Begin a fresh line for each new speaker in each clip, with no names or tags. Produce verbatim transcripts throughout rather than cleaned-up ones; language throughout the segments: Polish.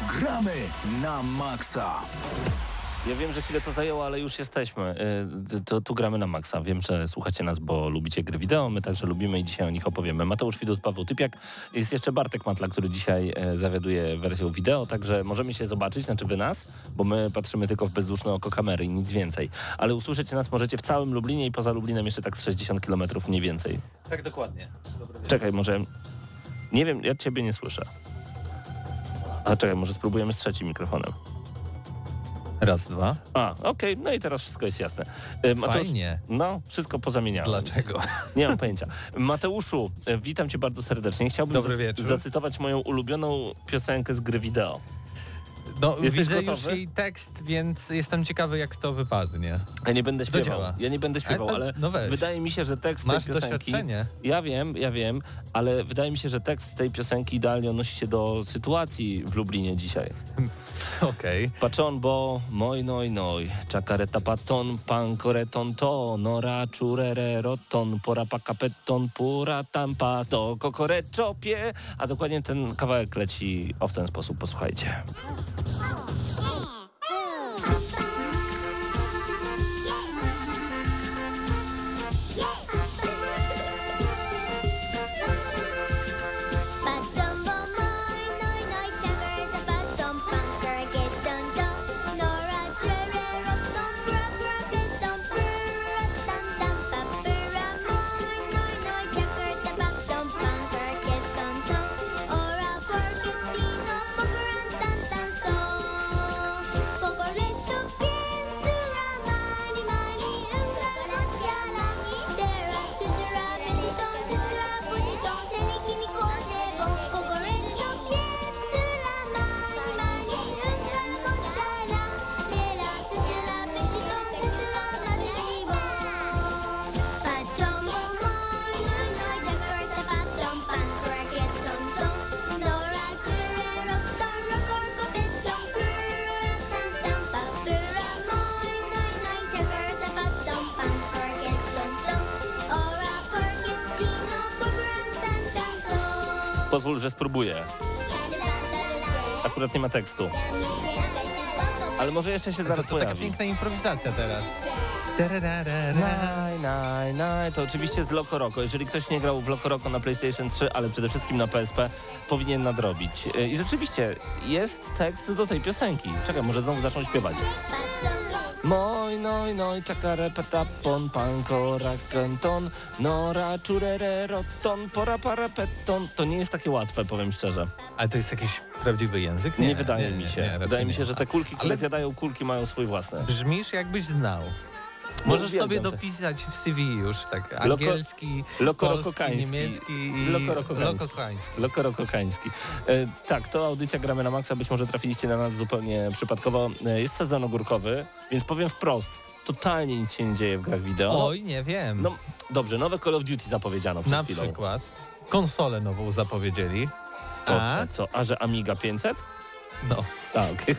Gramy na maksa.
Ja wiem, że chwilę to zajęło, ale już jesteśmy. To, tu gramy na maksa. Wiem, że słuchacie nas, bo lubicie gry wideo. My także lubimy i dzisiaj o nich opowiemy. Mateusz Widut, Paweł Typiak. Jest jeszcze Bartek Matla, który dzisiaj zawiaduje wersją wideo, także możemy się zobaczyć, znaczy wy nas, bo my patrzymy tylko w bezduszne oko kamery i nic więcej. Ale usłyszeć nas możecie w całym Lublinie i poza Lublinem jeszcze tak z sześćdziesiąt kilometrów mniej więcej.
Tak, dokładnie.
Czekaj, może... Nie wiem, ja ciebie nie słyszę. A czekaj, może spróbujemy z trzecim mikrofonem.
Raz, dwa.
A, okej, okay, no i teraz wszystko jest jasne. E, Mateusz,
Fajnie.
No, wszystko pozamieniałem.
Dlaczego?
Nie mam pojęcia. Mateuszu, e, witam cię bardzo serdecznie. Chciałbym
Dobry
zac-
wieczór.
zacytować moją ulubioną piosenkę z gry wideo.
No,
Jesteś
widzę
gotowy?
już jej tekst, więc jestem ciekawy, jak to wypadnie.
Ja nie będę śpiewał.
działa.
Ja nie będę śpiewał,
Ale,
ale
no weź.
wydaje mi się, że tekst
Masz
tej piosenki...
doświadczenie.
Ja wiem, ja wiem, ale wydaje mi się, że tekst tej piosenki idealnie odnosi się do sytuacji w Lublinie dzisiaj.
Okej. Okay.
Paczon, bo moj noj noj, czakareta paton, pankoreton to, nora czurere roton, pora pakapeton, pura tampa to, kokoreczopie, a dokładnie ten kawałek leci o w ten sposób, posłuchajcie. Pozwól, że spróbuję. Akurat nie ma tekstu. Ale może jeszcze się zaraz
to, to
pojawi.
taka piękna improwizacja teraz.
Naj, naj, naj. To oczywiście z Loco Roco. Jeżeli ktoś nie grał w Loco Roco na PlayStation trzy, ale przede wszystkim na P S P, powinien nadrobić. I rzeczywiście jest tekst do tej piosenki. Czekaj, może znowu zaczną śpiewać. Moj, noj, noj, czakare, petapon, panko, rakenton, nora, czurere, roton, pora, para, peton. To nie jest takie łatwe, powiem szczerze.
Ale to jest jakiś prawdziwy język?
Nie,
Nie,
wydaje
nie,
mi
nie,
się.
nie,
wydaje mi
nie.
się, że te kulki, które
Ale
zjadają kulki, mają swój własny.
brzmisz, jakbyś znał. Możesz
uwielbiam
sobie
te.
dopisać w C V już, tak,
Loko-
angielski, polski,
lokorokokański.
niemiecki i
Lokorokokański.
lokokański.
Lokorokokański. E, tak, to audycja Gramy na Maxa. Być może trafiliście na nas zupełnie przypadkowo. E, jest sezon ogórkowy, więc powiem wprost. Totalnie nic się nie dzieje w grach wideo.
Oj, nie wiem.
No dobrze, nowe Call of Duty zapowiedziano przed
Na
chwilą.
przykład konsolę nową zapowiedzieli.
To,
A?
co, a że Amiga pięćset?
No.
Tak, okej.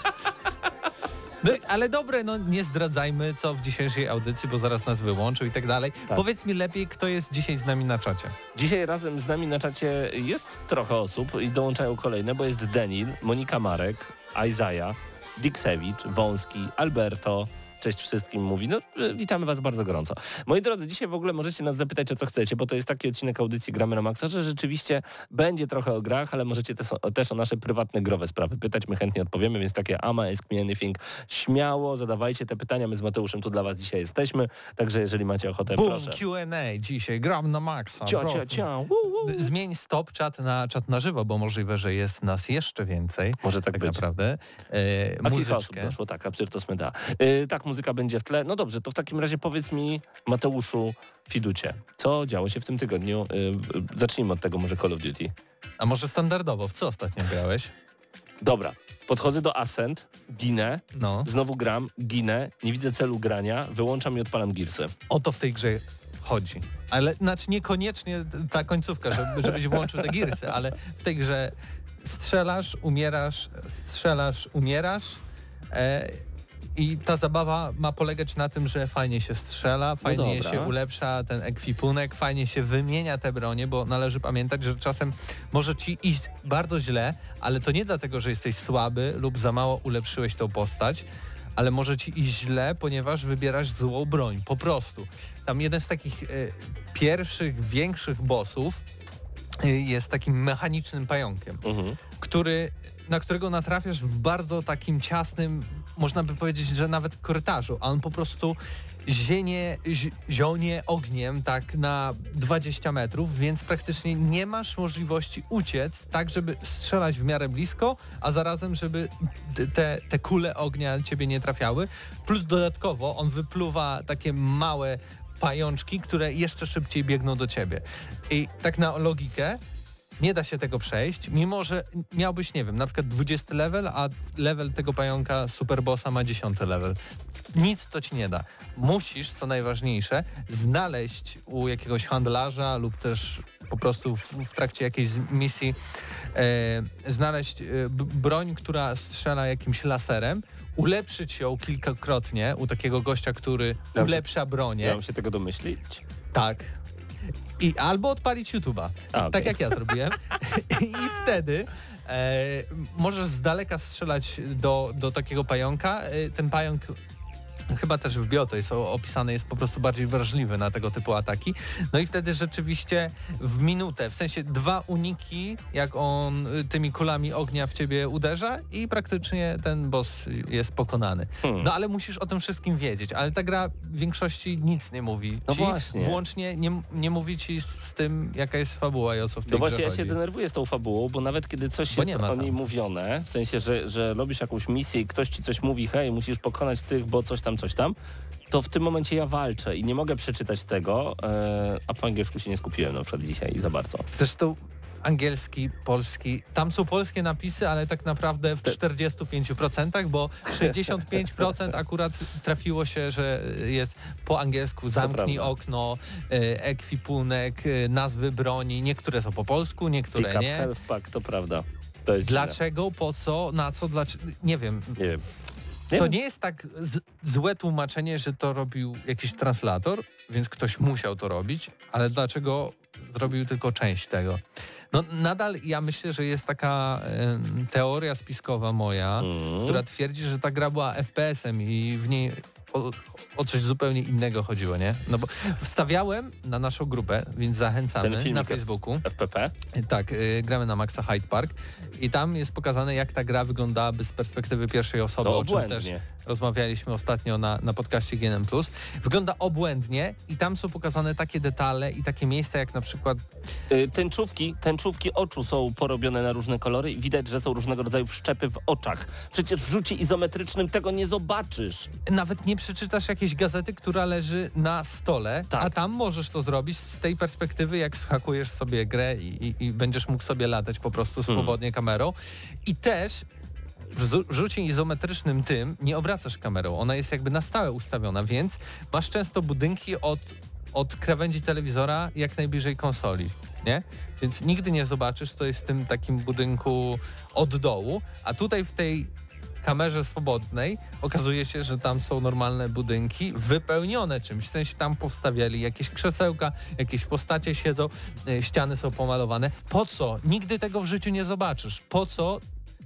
No, ale dobre, no nie zdradzajmy co w dzisiejszej audycji, bo zaraz nas wyłączył i tak dalej.
Tak.
Powiedz mi lepiej, kto jest dzisiaj z nami na czacie.
Dzisiaj razem z nami na czacie jest trochę osób i dołączają kolejne, bo jest Denil, Monika Marek, Isaiah, Diksewicz, Wąski, Alberto. Cześć wszystkim mówi. No, witamy was bardzo gorąco. Moi drodzy, dzisiaj w ogóle możecie nas zapytać, o co chcecie, bo to jest taki odcinek audycji Gramy na Maxa, że rzeczywiście będzie trochę o grach, ale możecie też, też o nasze prywatne growe sprawy pytać. My chętnie odpowiemy, więc takie Ama, Ask Me Anything. Śmiało zadawajcie te pytania. My z Mateuszem tu dla was dzisiaj jesteśmy, także jeżeli macie ochotę,
Boom,
proszę.
Q and A dzisiaj, gram na maksa.
Cio,
bro.
cio, cio. Woo, woo.
Zmień stop czat na czat na żywo, bo możliwe, że jest nas jeszcze więcej.
Może tak,
Tak
być.
naprawdę. E,
A kilka osób
muzyczkę.
doszło, tak, Absyrtos Meda. Yy, tak, muzyka będzie w tle. No dobrze, to w takim razie powiedz mi, Mateuszu Fiducie, co działo się w tym tygodniu? Yy, yy, zacznijmy od tego może Call of Duty.
A może standardowo, w co ostatnio grałeś?
Dobra, podchodzę do Ascent, ginę,
No.
znowu gram, ginę, nie widzę celu grania, wyłączam i odpalam Gearsy.
O to w tej grze chodzi. Ale znaczy niekoniecznie ta końcówka, żeby, żebyś włączył te Gearsy, ale w tej grze strzelasz, umierasz, strzelasz, umierasz e, I ta zabawa ma polegać na tym, że fajnie się strzela, fajnie
dobra.
się ulepsza ten ekwipunek, fajnie się wymienia te bronie, bo należy pamiętać, że czasem może ci iść bardzo źle, ale to nie dlatego, że jesteś słaby lub za mało ulepszyłeś tą postać, ale może ci iść źle, ponieważ wybierasz złą broń, po prostu. Tam jeden z takich y, pierwszych, większych bossów y, jest takim mechanicznym pająkiem,
Mhm.
który, na którego natrafiasz w bardzo takim ciasnym, można by powiedzieć, że nawet korytarzu, a on po prostu zienie, zi- zionie ogniem tak na dwadzieścia metrów, więc praktycznie nie masz możliwości uciec tak, żeby strzelać w miarę blisko, a zarazem, żeby t- te, te kule ognia ciebie nie trafiały. Plus dodatkowo on wypluwa takie małe pajączki, które jeszcze szybciej biegną do ciebie. I tak na logikę nie da się tego przejść, mimo że miałbyś, nie wiem, na przykład dwudziesty level, a level tego pająka superbossa ma dziesiąty level. Nic to ci nie da. Musisz, co najważniejsze, znaleźć u jakiegoś handlarza lub też po prostu w, w trakcie jakiejś misji e, znaleźć e, b- broń, która strzela jakimś laserem, ulepszyć ją kilkakrotnie u takiego gościa, który
Mam się-
ulepsza bronię.
Miałem się tego domyślić.
Tak. I albo odpalić YouTube'a,
A, okej.
tak jak ja zrobiłem. I wtedy e, możesz z daleka strzelać do, do takiego pająka. E, ten pająk chyba też w bio to jest opisane, jest po prostu bardziej wrażliwy na tego typu ataki. No i wtedy rzeczywiście w minutę, w sensie dwa uniki, jak on y, tymi kulami ognia w ciebie uderza i praktycznie ten boss jest pokonany.
Hmm.
No ale musisz o tym wszystkim wiedzieć, ale ta gra w większości nic nie mówi
No
ci,
właśnie.
włącznie nie, nie mówi ci z tym, jaka jest fabuła i o co w tej
No
grze
właśnie ja
chodzi.
się denerwuję z tą fabułą, bo nawet kiedy coś
Bo
jest
nie ma
o
tam.
niej mówione, w sensie, że, że robisz jakąś misję i ktoś ci coś mówi, hej, musisz pokonać tych, bo coś tam, coś tam, to w tym momencie ja walczę i nie mogę przeczytać tego, e, a po angielsku się nie skupiłem na przykład dzisiaj za bardzo.
Zresztą angielski, polski, tam są polskie napisy, ale tak naprawdę w czterdzieści pięć procent, bo sześćdziesiąt pięć procent akurat trafiło się, że jest po angielsku zamknij
prawda.
okno, e, ekwipunek, e, nazwy broni, niektóre są po polsku, niektóre
Pick up
nie.
health pack, to prawda. To jest
Dlaczego, po co, na co, dlaczego, nie wiem.
źle. Nie wiem. Nie
To
wiem.
nie jest tak z, złe tłumaczenie, że to robił jakiś translator, więc ktoś musiał to robić, ale dlaczego zrobił tylko część tego? No nadal ja myślę, że jest taka em, teoria spiskowa moja,
Mm.
która twierdzi, że ta gra była F P S em i w niej o, o coś zupełnie innego chodziło, nie? No bo wstawiałem na naszą grupę, więc
Ten
zachęcamy
filmik
na Facebooku.
F P P?
Tak, y, gramy na Maxa Hyde Park i tam jest pokazane, jak ta gra wyglądałaby z perspektywy pierwszej osoby,
To
o czym też
obłędnie.
rozmawialiśmy ostatnio na, na podcaście G N M plus. Wygląda obłędnie i tam są pokazane takie detale i takie miejsca, jak na przykład
Y, Tęczówki, tęczówki oczu są porobione na różne kolory i widać, że są różnego rodzaju wszczepy w oczach. Przecież w rzucie izometrycznym tego nie zobaczysz.
nawet nie przeczytasz jakiejś gazety, która leży na stole,
Tak.
a tam możesz to zrobić z tej perspektywy, jak schakujesz sobie grę i, i, i będziesz mógł sobie latać po prostu swobodnie kamerą. I też w zu- w rzucie izometrycznym tym nie obracasz kamerą, ona jest jakby na stałe ustawiona, więc masz często budynki od, od krawędzi telewizora jak najbliżej konsoli, nie? Więc nigdy nie zobaczysz, co jest w tym takim budynku od dołu, a tutaj w tej kamerze swobodnej okazuje się, że tam są normalne budynki wypełnione czymś, w sensie tam powstawiali jakieś krzesełka, jakieś postacie siedzą, y, ściany są pomalowane. Po co? Nigdy tego w życiu nie zobaczysz. Po co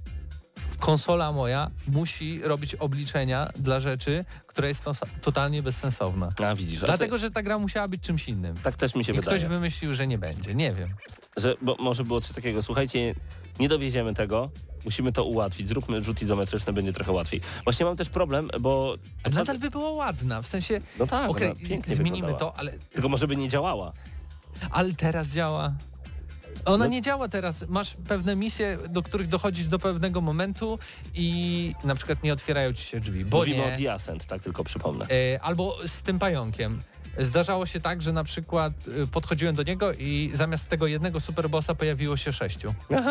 konsola moja musi robić obliczenia dla rzeczy, która jest to, totalnie bezsensowna?
A widzisz, a
Dlatego, że ta gra musiała być czymś innym.
ty, tak też mi się
I
wydaje.
ktoś wymyślił, że nie będzie. Nie wiem.
Że bo może było coś takiego, słuchajcie, nie dowieziemy tego, musimy to ułatwić, zróbmy rzut izometryczny, będzie trochę łatwiej. Właśnie mam też problem, bo...
A nadal by była ładna, w sensie,
No tak,
okej,
ona pięknie
zmienimy
wyglądała.
to, ale,
Tylko może by nie działała.
ale teraz działa. Ona
No.
nie działa teraz. Masz pewne misje, do których dochodzisz do pewnego momentu i na przykład nie otwierają ci się drzwi, bo
Mówimy
nie.
o The Ascent, tak tylko przypomnę.
E, albo z tym pająkiem. Zdarzało się tak, że na przykład y, podchodziłem do niego i zamiast tego jednego superbossa pojawiło się sześciu.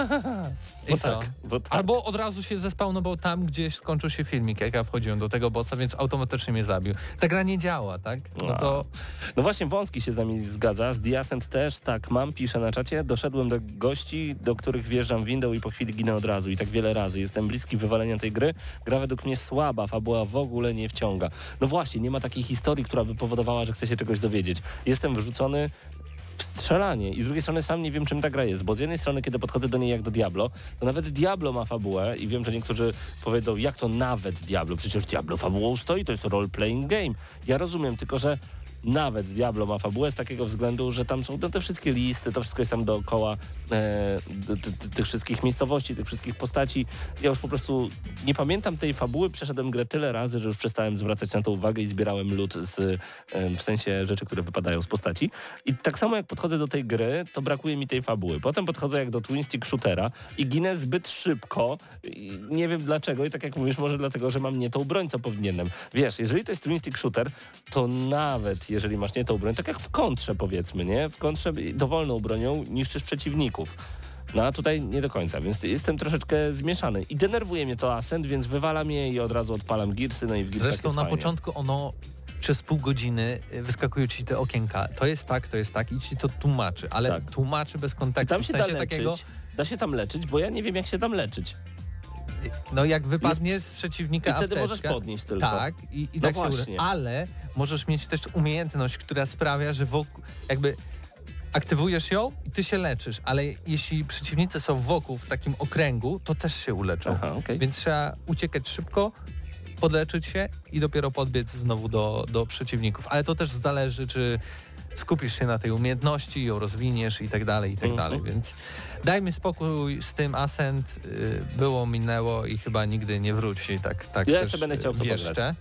I
Bo
co?
tak, bo tak.
Albo od razu się zespawnował tam, gdzieś skończył się filmik, jak ja wchodziłem do tego bossa, więc automatycznie mnie zabił. Ta gra nie działa, tak? No to...
No właśnie, Wąski się z nami zgadza, z The Ascent też, tak mam, pisze na czacie, doszedłem do gości, do których wjeżdżam windą i po chwili ginę od razu i tak wiele razy. Jestem bliski wywalenia tej gry, gra według mnie słaba, fabuła w ogóle nie wciąga. No właśnie, nie ma takiej historii, która by powodowała, że chce się czegoś dowiedzieć. Jestem wyrzucony w strzelanie i z drugiej strony sam nie wiem, czym ta gra jest, bo z jednej strony, kiedy podchodzę do niej jak do Diablo, to nawet Diablo ma fabułę i wiem, że niektórzy powiedzą, jak to nawet Diablo, przecież Diablo fabułą stoi, to jest role-playing game. Ja rozumiem, tylko że nawet Diablo ma fabułę z takiego względu, że tam są no, te wszystkie listy, to wszystko jest tam dookoła e, d, d, d, tych wszystkich miejscowości, tych wszystkich postaci. Ja już po prostu nie pamiętam tej fabuły, przeszedłem grę tyle razy, że już przestałem zwracać na to uwagę i zbierałem loot z, e, w sensie rzeczy, które wypadają z postaci. I tak samo jak podchodzę do tej gry, to brakuje mi tej fabuły. Potem podchodzę jak do twin stick shootera i ginę zbyt szybko. I nie wiem dlaczego i tak jak mówisz, może dlatego, że mam nie tą broń, co powinienem. Wiesz, jeżeli to jest twin stick shooter, to nawet jeżeli masz nie tą broń, tak jak w kontrze powiedzmy, nie? W kontrze dowolną bronią niszczysz przeciwników. No a tutaj nie do końca, więc jestem troszeczkę zmieszany. I denerwuje mnie to Ascent, więc wywalam je i od razu odpalam Gearsy, no i w Gearsach
Zresztą
jest
na
fajnie.
początku ono przez pół godziny wyskakują ci te okienka. To jest tak, to jest tak i ci to tłumaczy, ale
Tak.
tłumaczy bez
Czy
kontekstu.
tam się
w sensie
da leczyć?
takiego,
Da się tam leczyć, bo ja nie wiem jak się tam leczyć.
no jak wypadnie z przeciwnika
I wtedy
apteczka,
możesz podnieść tylko.
Tak, i, i
No
tak się
właśnie.
uda. Ale możesz mieć też umiejętność, która sprawia, że wokół, jakby aktywujesz ją i ty się leczysz, ale jeśli przeciwnicy są wokół w takim okręgu, to też się uleczą.
Aha, okej.
Więc trzeba uciekać szybko, podleczyć się i dopiero podbiec znowu do, do przeciwników. Ale to też zależy, czy skupisz się na tej umiejętności, ją rozwiniesz i tak dalej, i tak
Mhm.
dalej. Więc dajmy spokój z tym. Ascent y, było, minęło i chyba nigdy nie wróci. Tak, tak
Ja
też
jeszcze będę chciał w to
jeszcze.
pograć.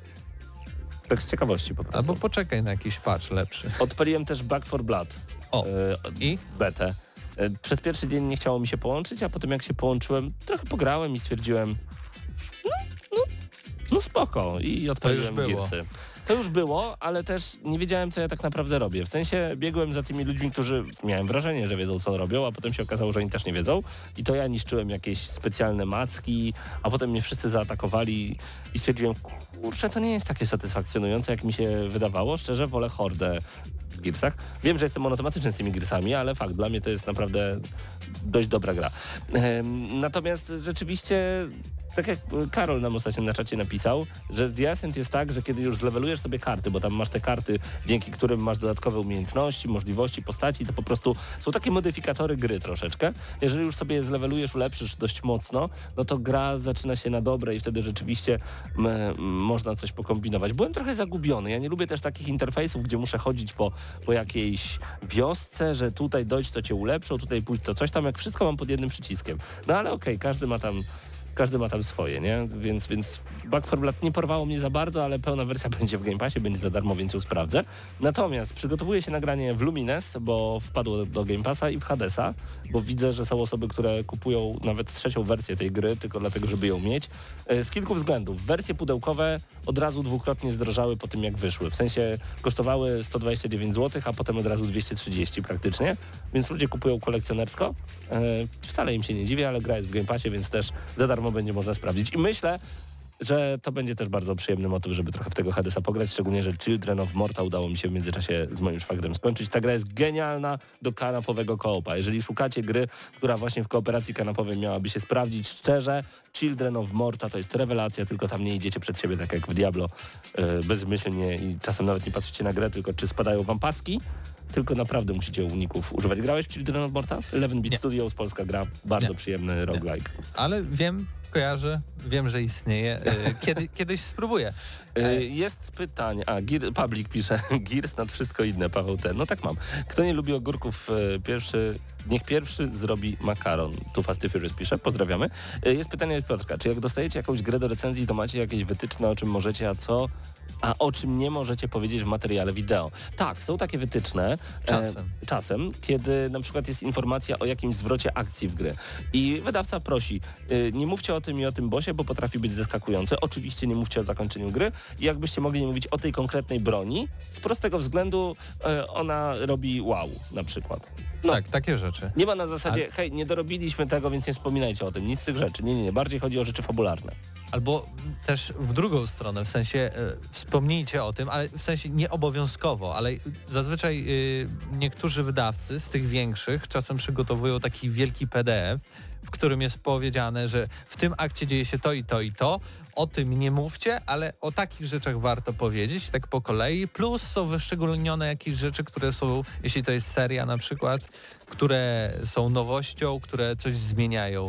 Tak z ciekawości po prostu.
Albo poczekaj na jakiś patch lepszy.
Odpaliłem też Back for Blood.
O,
e,
i?
betę. E, Przez pierwszy dzień nie chciało mi się połączyć, a potem jak się połączyłem, trochę pograłem i stwierdziłem, no, no, no spoko. I odpaliłem
było.
Gearsy. To już było, ale też nie wiedziałem, co ja tak naprawdę robię. W sensie biegłem za tymi ludźmi, którzy miałem wrażenie, że wiedzą, co robią, a potem się okazało, że oni też nie wiedzą. I to ja niszczyłem jakieś specjalne macki, a potem mnie wszyscy zaatakowali i stwierdziłem, kurczę, to nie jest takie satysfakcjonujące, jak mi się wydawało. Szczerze, wolę Hordę w Gearsach. Wiem, że jestem monotematyczny z tymi Gearsami, ale fakt, dla mnie to jest naprawdę dość dobra gra. Ehm, natomiast rzeczywiście... Tak jak Karol nam ostatnio na czacie napisał, że z The Ascent jest tak, że kiedy już zlewelujesz sobie karty, bo tam masz te karty, dzięki którym masz dodatkowe umiejętności, możliwości, postaci, to po prostu są takie modyfikatory gry troszeczkę. Jeżeli już sobie zlewelujesz, ulepszysz dość mocno, no to gra zaczyna się na dobre i wtedy rzeczywiście m, m, można coś pokombinować. Byłem trochę zagubiony. Ja nie lubię też takich interfejsów, gdzie muszę chodzić po, po jakiejś wiosce, że tutaj dojść to cię ulepszą, tutaj pójść to coś tam, jak wszystko mam pod jednym przyciskiem. No ale okej, okay, każdy ma tam Każdy ma tam swoje, nie? Więc, więc Back four Blood nie porwało mnie za bardzo, ale pełna wersja będzie w Game Passie, będzie za darmo, więc ją sprawdzę. Natomiast przygotowuję się nagranie w Lumines, bo wpadło do Game Passa i w Hadesa, bo widzę, że są osoby, które kupują nawet trzecią wersję tej gry, tylko dlatego, żeby ją mieć. Z kilku względów. Wersje pudełkowe od razu dwukrotnie zdrożały po tym, jak wyszły. W sensie kosztowały sto dwadzieścia dziewięć złotych, a potem od razu dwieście trzydzieści praktycznie, więc ludzie kupują kolekcjonersko. Wcale im się nie dziwię, ale gra jest w Game Passie, więc też za darmo będzie można sprawdzić. I myślę, że to będzie też bardzo przyjemny motyw, żeby trochę w tego Hadesa pograć, szczególnie, że Children of Morta udało mi się w międzyczasie z moim szwagrem skończyć. Ta gra jest genialna do kanapowego koopa. Jeżeli szukacie gry, która właśnie w kooperacji kanapowej miałaby się sprawdzić, szczerze, Children of Morta to jest rewelacja, tylko tam nie idziecie przed siebie tak jak w Diablo, yy, bezmyślnie i czasem nawet nie patrzycie na grę, tylko czy spadają wam paski, tylko naprawdę musicie uników używać. Grałeś w Children of Morta? eleven bit
Nie.
Studios, polska gra, bardzo
Nie.
przyjemny roguelike.
Ale wiem, kojarzę, wiem, że istnieje. Kiedy, kiedyś spróbuję.
Y, Jest pytanie, a Gear, Public pisze, Gears nad wszystko inne, Paweł ten. No tak mam. Kto nie lubi ogórków, y, pierwszy, niech pierwszy zrobi makaron. Tu Fast and Furious pisze, pozdrawiamy. Y, Jest pytanie od Piotrka, czy jak dostajecie jakąś grę do recenzji, to macie jakieś wytyczne, o czym możecie, a co... A o czym nie możecie powiedzieć w materiale wideo. Tak, są takie wytyczne.
Czasem.
E, czasem, kiedy na przykład jest informacja o jakimś zwrocie akcji w gry. I wydawca prosi, y, nie mówcie o tym i o tym bossie, bo potrafi być zaskakujący. Oczywiście nie mówcie o zakończeniu gry i jakbyście mogli nie mówić o tej konkretnej broni, z prostego względu e, ona robi wow na przykład. No,
tak, takie rzeczy.
nie ma na zasadzie,
Ale...
hej, nie dorobiliśmy tego, więc nie wspominajcie o tym, nic z tych rzeczy. Nie, nie, nie, bardziej chodzi o rzeczy fabularne.
Albo też w drugą stronę, w sensie e, wspomnijcie o tym, ale w sensie nie obowiązkowo, ale zazwyczaj e, niektórzy wydawcy z tych większych czasem przygotowują taki wielki P D F, w którym jest powiedziane, że w tym akcie dzieje się to i to i to, o tym nie mówcie, ale o takich rzeczach warto powiedzieć, tak po kolei, plus są wyszczególnione jakieś rzeczy, które są, jeśli to jest seria na przykład, które są nowością, które coś zmieniają e,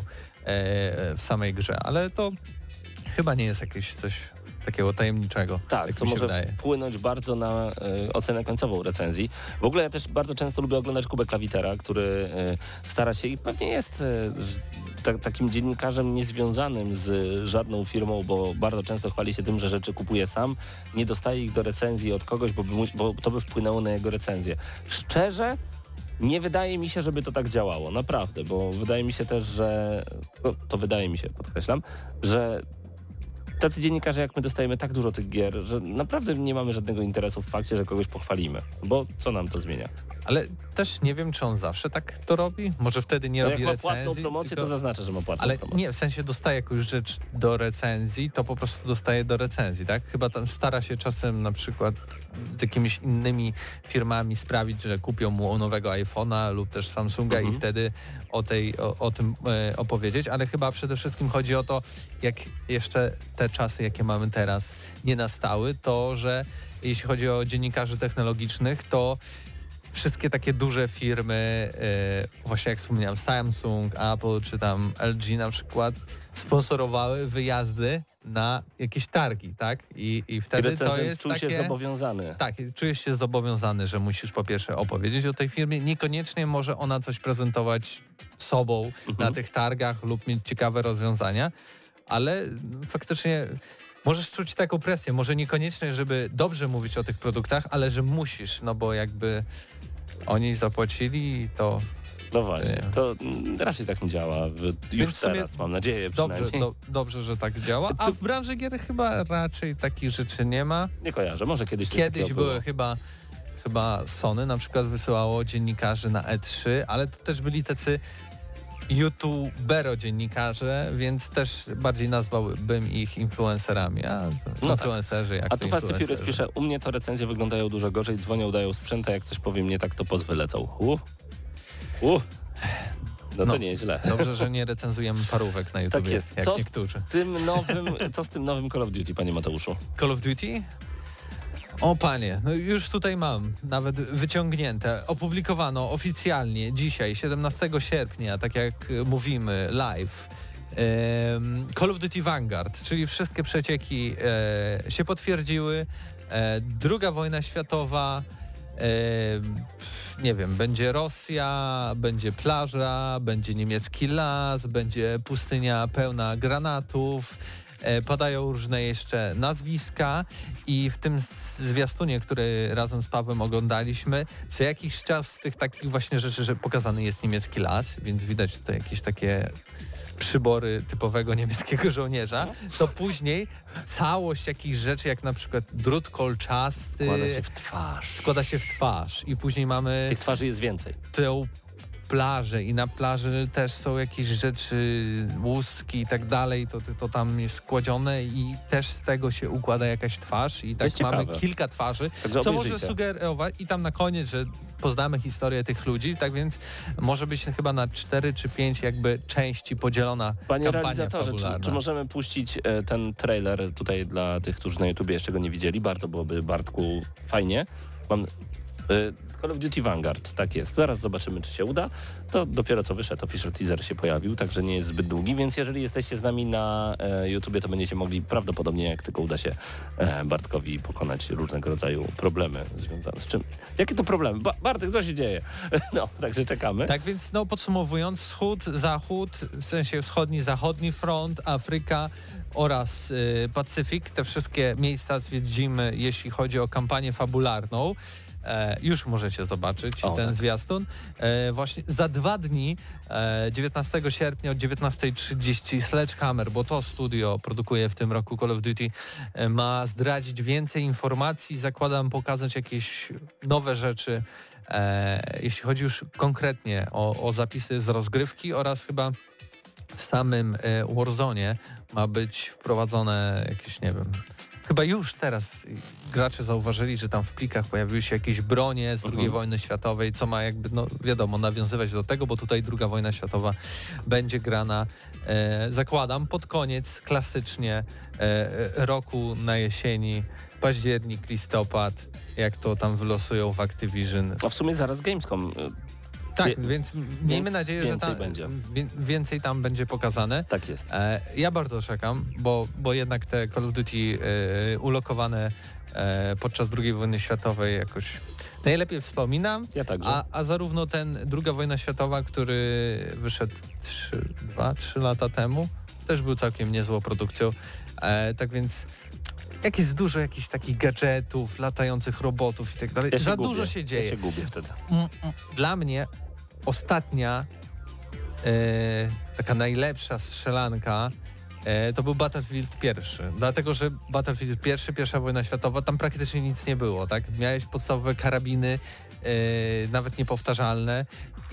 w samej grze, ale to chyba nie jest jakieś coś takiego tajemniczego.
Tak,
jak
co
mi się
może
wydaje.
wpłynąć bardzo na y, ocenę końcową recenzji. W ogóle ja też bardzo często lubię oglądać Kubę Klawitera, który y, stara się i pewnie jest y, ta, takim dziennikarzem niezwiązanym z żadną firmą, bo bardzo często chwali się tym, że rzeczy kupuje sam, nie dostaje ich do recenzji od kogoś, bo, by mu, bo to by wpłynęło na jego recenzję. Szczerze, nie wydaje mi się, żeby to tak działało, naprawdę, bo wydaje mi się też, że no, to wydaje mi się, podkreślam, że tacy dziennikarze jak my dostajemy tak dużo tych gier, że naprawdę nie mamy żadnego interesu w fakcie, że kogoś pochwalimy, bo co nam to zmienia?
Ale też nie wiem, czy on zawsze tak to robi. Może wtedy nie
No
robi
jak ma
recenzji.
płatną promocję,
tylko...
to zaznacza, że ma płatną
Ale
promocję.
nie, w sensie dostaje jakąś rzecz do recenzji, to po prostu dostaje do recenzji, tak? Chyba tam stara się czasem na przykład z jakimiś innymi firmami sprawić, że kupią mu nowego iPhone'a lub też Samsunga mhm. i wtedy o, tej, o, o tym e, opowiedzieć, ale chyba przede wszystkim chodzi o to, jak jeszcze te czasy, jakie mamy teraz, nie nastały, to że jeśli chodzi o dziennikarzy technologicznych, to wszystkie takie duże firmy, yy, właśnie jak wspomniałem, Samsung, Apple czy tam L G na przykład, sponsorowały wyjazdy na jakieś targi, tak? I, i wtedy
I
to jest
czuł
takie...
się zobowiązany.
Tak, czujesz się zobowiązany, że musisz po pierwsze opowiedzieć o tej firmie. Niekoniecznie może ona coś prezentować sobą mhm. na tych targach lub mieć ciekawe rozwiązania, ale faktycznie... Możesz czuć taką presję, może niekoniecznie, żeby dobrze mówić o tych produktach, ale że musisz, no bo jakby oni zapłacili, to...
No właśnie, to raczej tak nie działa. Już teraz, mam nadzieję przynajmniej.
Dobrze, do, dobrze, że tak działa, a w branży gier chyba raczej takich rzeczy nie ma.
Nie kojarzę, może kiedyś...
Kiedyś były chyba, chyba Sony na przykład wysyłało dziennikarzy na E trzy, ale to też byli tacy youtubero dziennikarze, więc też bardziej nazwałbym ich influencerami. A
no
influencerzy
tak.
jak
A tu Fast and Furious pisze, u mnie to recenzje wyglądają dużo gorzej, dzwonią, dają sprzęt, a jak coś powiem nie tak, to poz wylecą. Uh. Uh. No, no to nieźle.
Dobrze, że nie recenzujemy parówek na YouTube,
tak jest.
jak
co
niektórzy.
Z tym nowym, co z tym nowym Call of Duty, panie Mateuszu?
Call of Duty? O panie, no już tutaj mam, nawet wyciągnięte. Opublikowano oficjalnie dzisiaj, siedemnastego sierpnia, tak jak mówimy, live, um, Call of Duty Vanguard, czyli wszystkie przecieki e, się potwierdziły. E, druga wojna światowa, e, nie wiem, będzie Rosja, będzie plaża, będzie niemiecki las, będzie pustynia pełna granatów. Padają różne jeszcze nazwiska i w tym zwiastunie, który razem z Pawłem oglądaliśmy, co jakiś czas z tych takich właśnie rzeczy, że pokazany jest niemiecki las, więc widać tutaj jakieś takie przybory typowego niemieckiego żołnierza, to później całość jakichś rzeczy, jak na przykład drut kolczasty
składa się w twarz.
Składa się w twarz i później mamy...
Tych twarzy jest więcej.
Tę plaży i na plaży też są jakieś rzeczy, łuski i tak dalej, to, to tam jest składzione i też z tego się układa jakaś twarz i tak mamy ciekawe. Kilka twarzy,
Także
co
obejrzyjcie.
może sugerować i tam na koniec, że poznamy historię tych ludzi, tak więc może być chyba na cztery czy pięć jakby części podzielona
Panie
kampania
realizatorze, czy, czy możemy puścić e, ten trailer tutaj dla tych, którzy na YouTubie jeszcze go nie widzieli? Bardzo byłoby, Bartku, fajnie. Mam... E, Call of Duty Vanguard, tak jest. Zaraz zobaczymy, czy się uda. To dopiero co wyszedł, official teaser się pojawił, także nie jest zbyt długi, więc jeżeli jesteście z nami na e, YouTubie, to będziecie mogli prawdopodobnie, jak tylko uda się e, Bartkowi pokonać różnego rodzaju problemy związane z czym. Jakie to problemy? Ba Bartek, co się dzieje? No, także czekamy.
Tak więc, no podsumowując, wschód, zachód, w sensie wschodni, zachodni front, Afryka oraz y, Pacyfik, te wszystkie miejsca zwiedzimy, jeśli chodzi o kampanię fabularną. E, już możecie zobaczyć
O,
ten
tak.
zwiastun. E, właśnie za dwa dni, e, dziewiętnastego sierpnia od dziewiętnasta trzydzieści Sledgehammer, bo to studio produkuje w tym roku Call of Duty, e, ma zdradzić więcej informacji, zakładam pokazać jakieś nowe rzeczy, e, jeśli chodzi już konkretnie o, o zapisy z rozgrywki oraz chyba w samym e, Warzone ma być wprowadzone jakieś, nie wiem, chyba już teraz gracze zauważyli, że tam w plikach pojawiły się jakieś bronie z drugiej
Mhm.
wojny światowej, co ma jakby, no wiadomo, nawiązywać do tego, bo tutaj druga wojna światowa będzie grana, e, zakładam, pod koniec klasycznie e, roku na jesieni, październik, listopad, jak to tam wylosują w Activision.
A w sumie zaraz Gamescom.
Tak,
Wie-
więc miejmy
więc
nadzieję, że
więcej
tam
będzie.
wie- więcej tam będzie pokazane.
Tak jest.
E, ja bardzo czekam, bo, bo jednak te Call of Duty e, ulokowane e, podczas drugiej wojny światowej jakoś najlepiej wspominam,
Ja także.
a, a zarówno ten druga wojna światowa, który wyszedł dwa trzy lata temu, też był całkiem niezłą produkcją. E, tak więc jak jest dużo jakichś takich gadżetów, latających robotów i tak dalej,
Ja się
za
gubię.
dużo się dzieje.
Ja się gubię wtedy.
Mm, mm, Dla mnie ostatnia e, taka najlepsza strzelanka e, to był Battlefield pierwszy. Dlatego, że Battlefield pierwszy, pierwsza wojna światowa, tam praktycznie nic nie było, tak? Miałeś podstawowe karabiny, e, nawet niepowtarzalne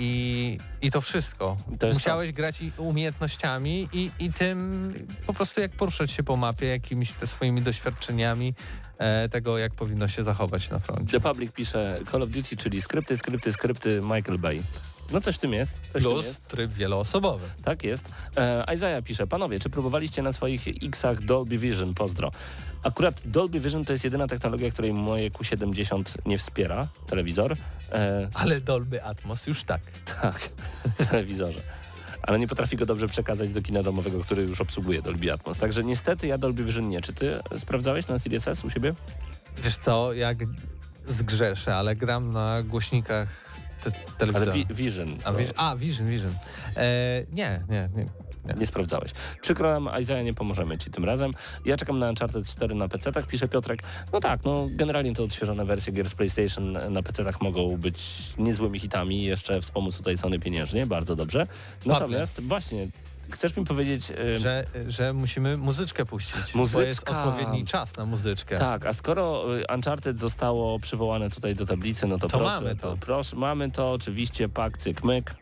i, i to wszystko.
To jest
Musiałeś grać i umiejętnościami i, i tym po prostu jak poruszać się po mapie, jakimiś te swoimi doświadczeniami e, tego, jak powinno się zachować na froncie.
The Public pisze Call of Duty, czyli skrypty, skrypty, skrypty Michael Bay. No coś w tym jest. Coś w tym
Plus
jest.
tryb wieloosobowy.
Tak jest. E, Isaiah pisze, panowie, czy próbowaliście na swoich X-ach Dolby Vision? Pozdro. Akurat Dolby Vision to jest jedyna technologia, której moje Q siedemdziesiąt nie wspiera, telewizor. E,
Ale Dolby Atmos już tak.
tak, w telewizorze. Ale nie potrafi go dobrze przekazać do kina domowego, który już obsługuje Dolby Atmos. Także niestety ja Dolby Vision nie. Czy ty sprawdzałeś na Series S u siebie?
Wiesz co, jak zgrzeszę, ale gram na głośnikach te
Ale
telewizora.
vi Vision.
A,
to
Vision, a, Vision, Vision. E, nie, nie, nie. nie.
Nie sprawdzałeś. Przykro nam, Isaiah, nie pomożemy ci tym razem. Ja czekam na Uncharted cztery na pecetach, pisze Piotrek. No tak, no generalnie to odświeżone wersje gier z PlayStation na pecetach mogą być niezłymi hitami i jeszcze wspomóc tutaj Sony pieniężnie, bardzo dobrze. Natomiast właśnie, chcesz mi powiedzieć... ym,
Że, że musimy muzyczkę puścić. Bo jest
Muzyczka.
odpowiedni czas na muzyczkę.
Tak, a skoro y, Uncharted zostało przywołane tutaj do tablicy, no to,
To
proszę,
mamy to.
proszę, mamy to oczywiście, pak, cyk, myk.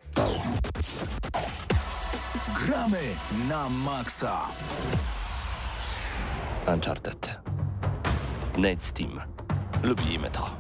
Gramy na maksa.
Uncharted. Nate's Team. Lubimy to.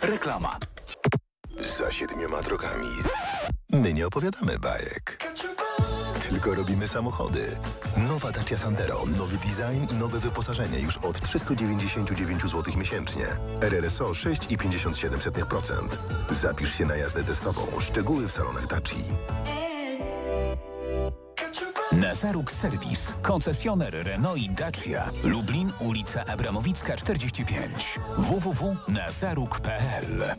Reklama.
Za siedmioma drogami my nie opowiadamy bajek, tylko robimy samochody. Nowa Dacia Sandero, nowy design i nowe wyposażenie już od trzysta dziewięćdziesiąt dziewięć złotych miesięcznie. R R S O sześć i pięćdziesiąt siedem procent. Zapisz się na jazdę testową. Szczegóły w salonach Daci.
Nazaruk Serwis. Koncesjoner Renault i Dacia. Lublin, ulica Abramowicka czterdzieści pięć. w w w kropka nazaruk kropka p l.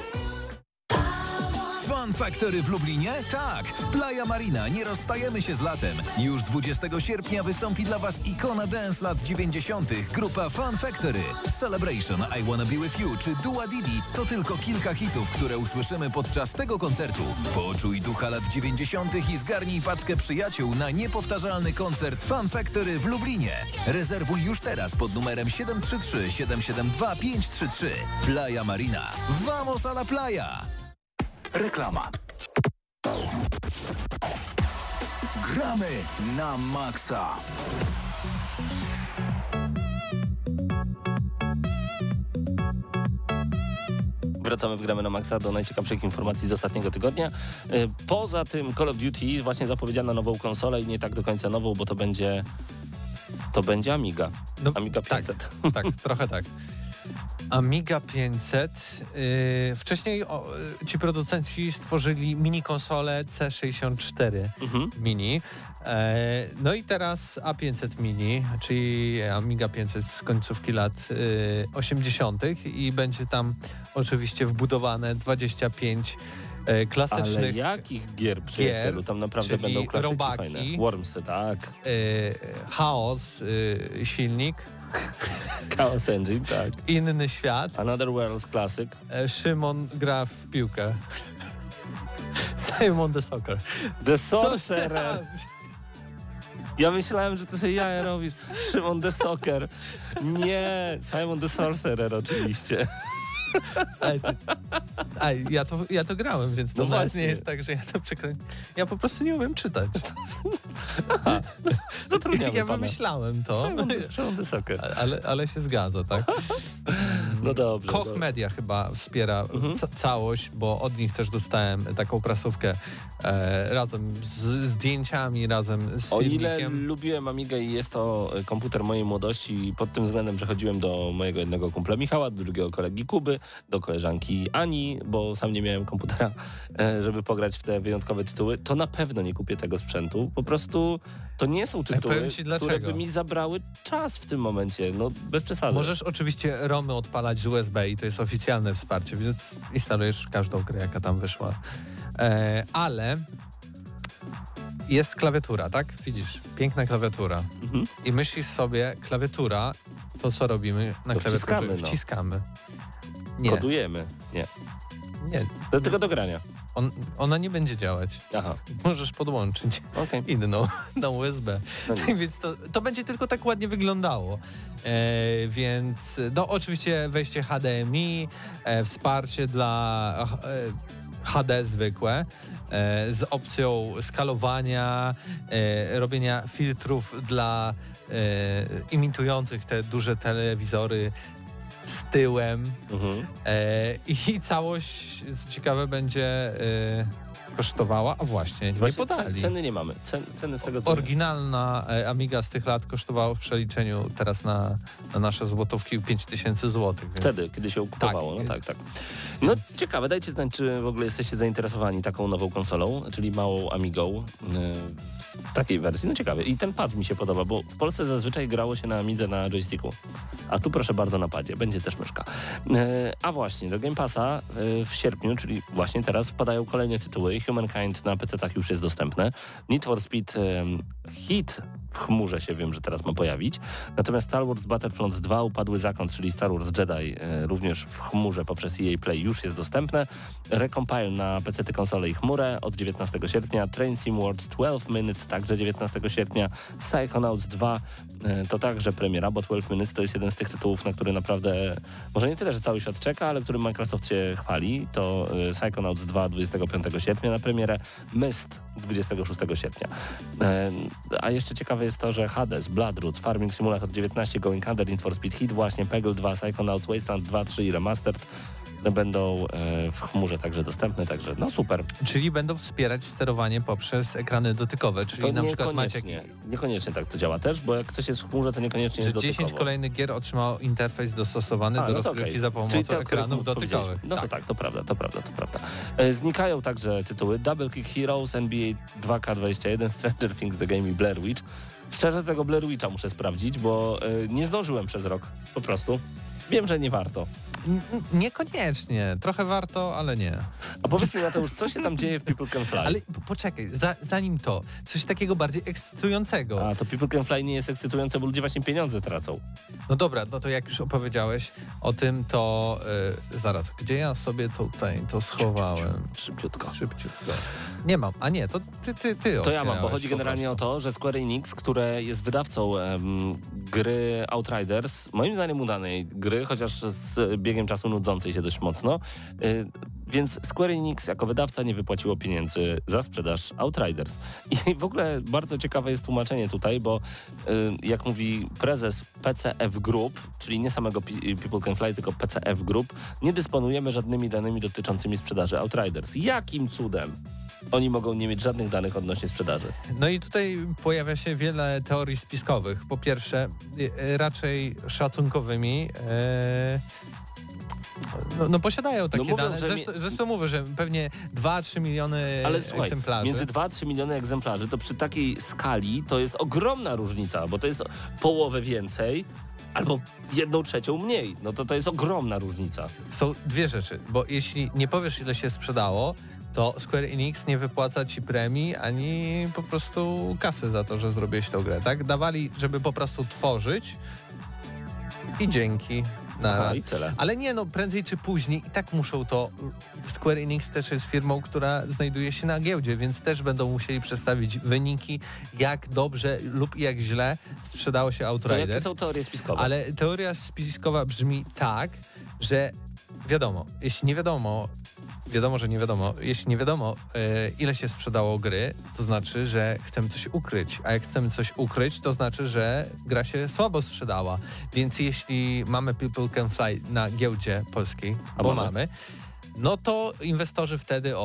Fun Factory w Lublinie? Tak! Playa Marina, nie rozstajemy się z latem. Już dwudziestego sierpnia wystąpi dla Was ikona dance lat dziewięćdziesiątych. Grupa Fun Factory. Celebration, I Wanna Be With You czy Dua Didi to tylko kilka hitów, które usłyszymy podczas tego koncertu. Poczuj ducha lat dziewięćdziesiątych i zgarnij paczkę przyjaciół na niepowtarzalny koncert Fun Factory w Lublinie. Rezerwuj już teraz pod numerem siedem trzy trzy siedem siedem dwa pięć trzy trzy. Playa Marina. Vamos a la playa! Reklama. Gramy na maksa.
Wracamy w Gramy na Maxa do najciekawszych informacji z ostatniego tygodnia. Poza tym Call of Duty właśnie zapowiedziano nową konsolę i nie tak do końca nową, bo to będzie to będzie Amiga.
No,
Amiga pięćset.
Tak, tak, trochę tak. Amiga pięćset. Yy, wcześniej o, ci producenci stworzyli mini konsolę C sześćdziesiąt cztery
Mhm.
Mini. E, no i teraz A pięćset Mini, czyli Amiga pięćset z końcówki lat yy, osiemdziesiątych i będzie tam oczywiście wbudowane dwadzieścia pięć e, klasycznych
Ale jakich gier, przyjacielu?
gier,
Tam naprawdę
czyli
będą klasyki
robaki,
fajne. Wormsy, tak.
e, Chaos, e, silnik,
Chaos Engine, tak.
Inny świat.
Another World's Classic.
E, Szymon gra w piłkę. Simon the Soccer.
The Sorcerer. Ja myślałem, że ty sobie jaja robisz. Szymon the Soccer. Nie, Simon the Sorcerer oczywiście.
Ej, ty, ej, ja, to, ja to grałem, więc to
No
nawet
właśnie.
nie jest tak, że ja to przekręcę. Ja po prostu nie umiem czytać.
Aha, zatrudniamy
Ja
pana.
wymyślałem to,
Simon the, Simon the Soccer.
ale, ale się zgadza, tak?
No dobrze.
Koch
dobrze.
Media chyba wspiera
Mhm.
ca- całość, bo od nich też dostałem taką prasówkę e, razem z zdjęciami, razem z
O ile
filmikiem.
lubiłem Amigę i jest to komputer mojej młodości pod tym względem, że chodziłem do mojego jednego kumpla Michała, do drugiego kolegi Kuby, do koleżanki Ani, bo sam nie miałem komputera, e, żeby pograć w te wyjątkowe tytuły, to na pewno nie kupię tego sprzętu. Po prostu to nie są tytuły,
powiem ci
które
dlaczego.
by mi zabrały czas w tym momencie. No bez przesady.
Możesz oczywiście romy odpalać z U S B i to jest oficjalne wsparcie, więc instalujesz każdą grę, jaka tam wyszła. E, ale jest klawiatura, tak? Widzisz, piękna klawiatura.
Mhm.
I myślisz sobie, klawiatura, to co robimy na
To
klawiaturze?
wciskamy, no.
Wciskamy. Nie,
Kodujemy. Nie.
nie.
Do tego do grania.
On, ona nie będzie działać.
Aha,
Możesz podłączyć
okej.
inną na U S B.
No nic.
Więc to, to będzie tylko tak ładnie wyglądało. E, więc no oczywiście wejście H D M I, e, wsparcie dla e, H D zwykłe, e, z opcją skalowania, e, robienia filtrów dla e, imitujących te duże telewizory z tyłem.
Mhm.
E, I całość, co ciekawe, będzie e, kosztowała, a właśnie, nie
Właśnie
podali.
ceny nie mamy. Cen, ceny z tego co...
Oryginalna e, Amiga z tych lat kosztowała w przeliczeniu teraz na, na nasze złotówki pięć tysięcy złotych. Więc...
Wtedy, kiedy się kupowało,
Tak.
no tak, tak. No ciekawe, dajcie znać, czy w ogóle jesteście zainteresowani taką nową konsolą, czyli małą Amigą yy, w takiej wersji. No ciekawe. I ten pad mi się podoba, bo w Polsce zazwyczaj grało się na Amidze na joysticku, a tu proszę bardzo na padzie, będzie też myszka. Yy, a właśnie, do Game Passa yy, w sierpniu, czyli właśnie teraz wpadają kolejne tytuły. Humankind na pecetach już jest dostępne. Need for Speed yy, Heat w chmurze się wiem, że teraz ma pojawić. Natomiast Star Wars Battlefront dwa Upadły Zakon, czyli Star Wars Jedi e, również w chmurze poprzez E A Play już jest dostępne. Recompile na pecety, konsole i chmurę od dziewiętnastego sierpnia. Train Sim World dwanaście Minutes także dziewiętnastego sierpnia. Psychonauts dwa e, to także premiera, bo dwanaście Minutes to jest jeden z tych tytułów, na który naprawdę może nie tyle, że cały świat czeka, ale którym Microsoft się chwali. To e, Psychonauts dwa dwudziestego piątego sierpnia na premierę. Myst dwudziestego szóstego sierpnia. E, a jeszcze ciekawe jest to, że Hades, Bloodroot, Farming Simulator dziewiętnaście, Going Under, Need for Speed Heat, właśnie Peggle dwa, Psychonauts, Wasteland dwa, trzy i Remastered będą e, w chmurze także dostępne, także no super.
Czyli będą wspierać sterowanie poprzez ekrany dotykowe, czyli
To
na przykład macie...
Niekoniecznie tak to działa też, bo jak coś jest w chmurze, to niekoniecznie
że
jest
dziesięć
dotykowo.
kolejnych gier otrzymało interfejs dostosowany
A,
do
no to
rozgrywki
okay.
za pomocą
te,
ekranów dotykowych.
No tak. to tak, to prawda, to prawda, to prawda. E, znikają także tytuły Double Kick Heroes, N B A dwa K dwadzieścia jeden, Stranger Things The Game i Blair Witch. Szczerze tego Blair Witcha muszę sprawdzić, bo e, nie zdążyłem przez rok, po prostu. Wiem, że nie warto.
N- niekoniecznie. Trochę warto, ale nie.
A powiedz mi, Mateusz, co się tam dzieje w People Can Fly?
Ale po- poczekaj, za, zanim to, coś takiego bardziej ekscytującego.
A to People Can Fly nie jest ekscytujące, bo ludzie właśnie pieniądze tracą.
No dobra, no to jak już opowiedziałeś o tym, to yy, zaraz, gdzie ja sobie tutaj to schowałem?
Szybciutko.
Szybciutko. Nie mam, a nie, to ty, ty, ty
To ja mam, bo
otwierałeś
chodzi
po
generalnie o
prostu.
to, że Square Enix, które jest wydawcą em, gry Outriders, moim zdaniem udanej gry, chociaż z biegiem czasu nudzącej się dość mocno, y, więc Square Enix jako wydawca nie wypłaciło pieniędzy za sprzedaż Outriders. I w ogóle bardzo ciekawe jest tłumaczenie tutaj, bo y, jak mówi prezes P C F Group, czyli nie samego P- People Can Fly, tylko P C F Group, nie dysponujemy żadnymi danymi dotyczącymi sprzedaży Outriders. Jakim cudem oni mogą nie mieć żadnych danych odnośnie sprzedaży?
No i tutaj pojawia się wiele teorii spiskowych. Po pierwsze, y, y, raczej szacunkowymi. y, No, no posiadają takie
No mówią,
dane.
że
Zresztą,
mi-
zresztą mówię, że pewnie dwa trzy miliony
Ale słuchaj,
egzemplarzy.
między dwa a trzy miliony egzemplarzy to przy takiej skali to jest ogromna różnica, bo to jest połowę więcej albo jedną trzecią mniej. No to to jest ogromna różnica.
Są dwie rzeczy, bo jeśli nie powiesz, ile się sprzedało, to Square Enix nie wypłaca ci premii ani po prostu kasy za to, że zrobiłeś tę grę, tak? Dawali, żeby po prostu tworzyć i dzięki. Na...
Aha, i tyle.
Ale nie, no prędzej czy później i tak muszą to... Square Enix też jest firmą, która znajduje się na giełdzie, więc też będą musieli przedstawić wyniki, jak dobrze lub jak źle sprzedało się
To jakie
Outriders.
są teorie spiskowe?
Ale teoria spiskowa brzmi tak, że wiadomo, jeśli nie wiadomo, wiadomo, że nie wiadomo, jeśli nie wiadomo yy, ile się sprzedało gry, to znaczy, że chcemy coś ukryć, a jak chcemy coś ukryć, to znaczy, że gra się słabo sprzedała. Więc jeśli mamy People Can Fly na giełdzie polskiej,
A
bo
mamy.
mamy, no to inwestorzy wtedy,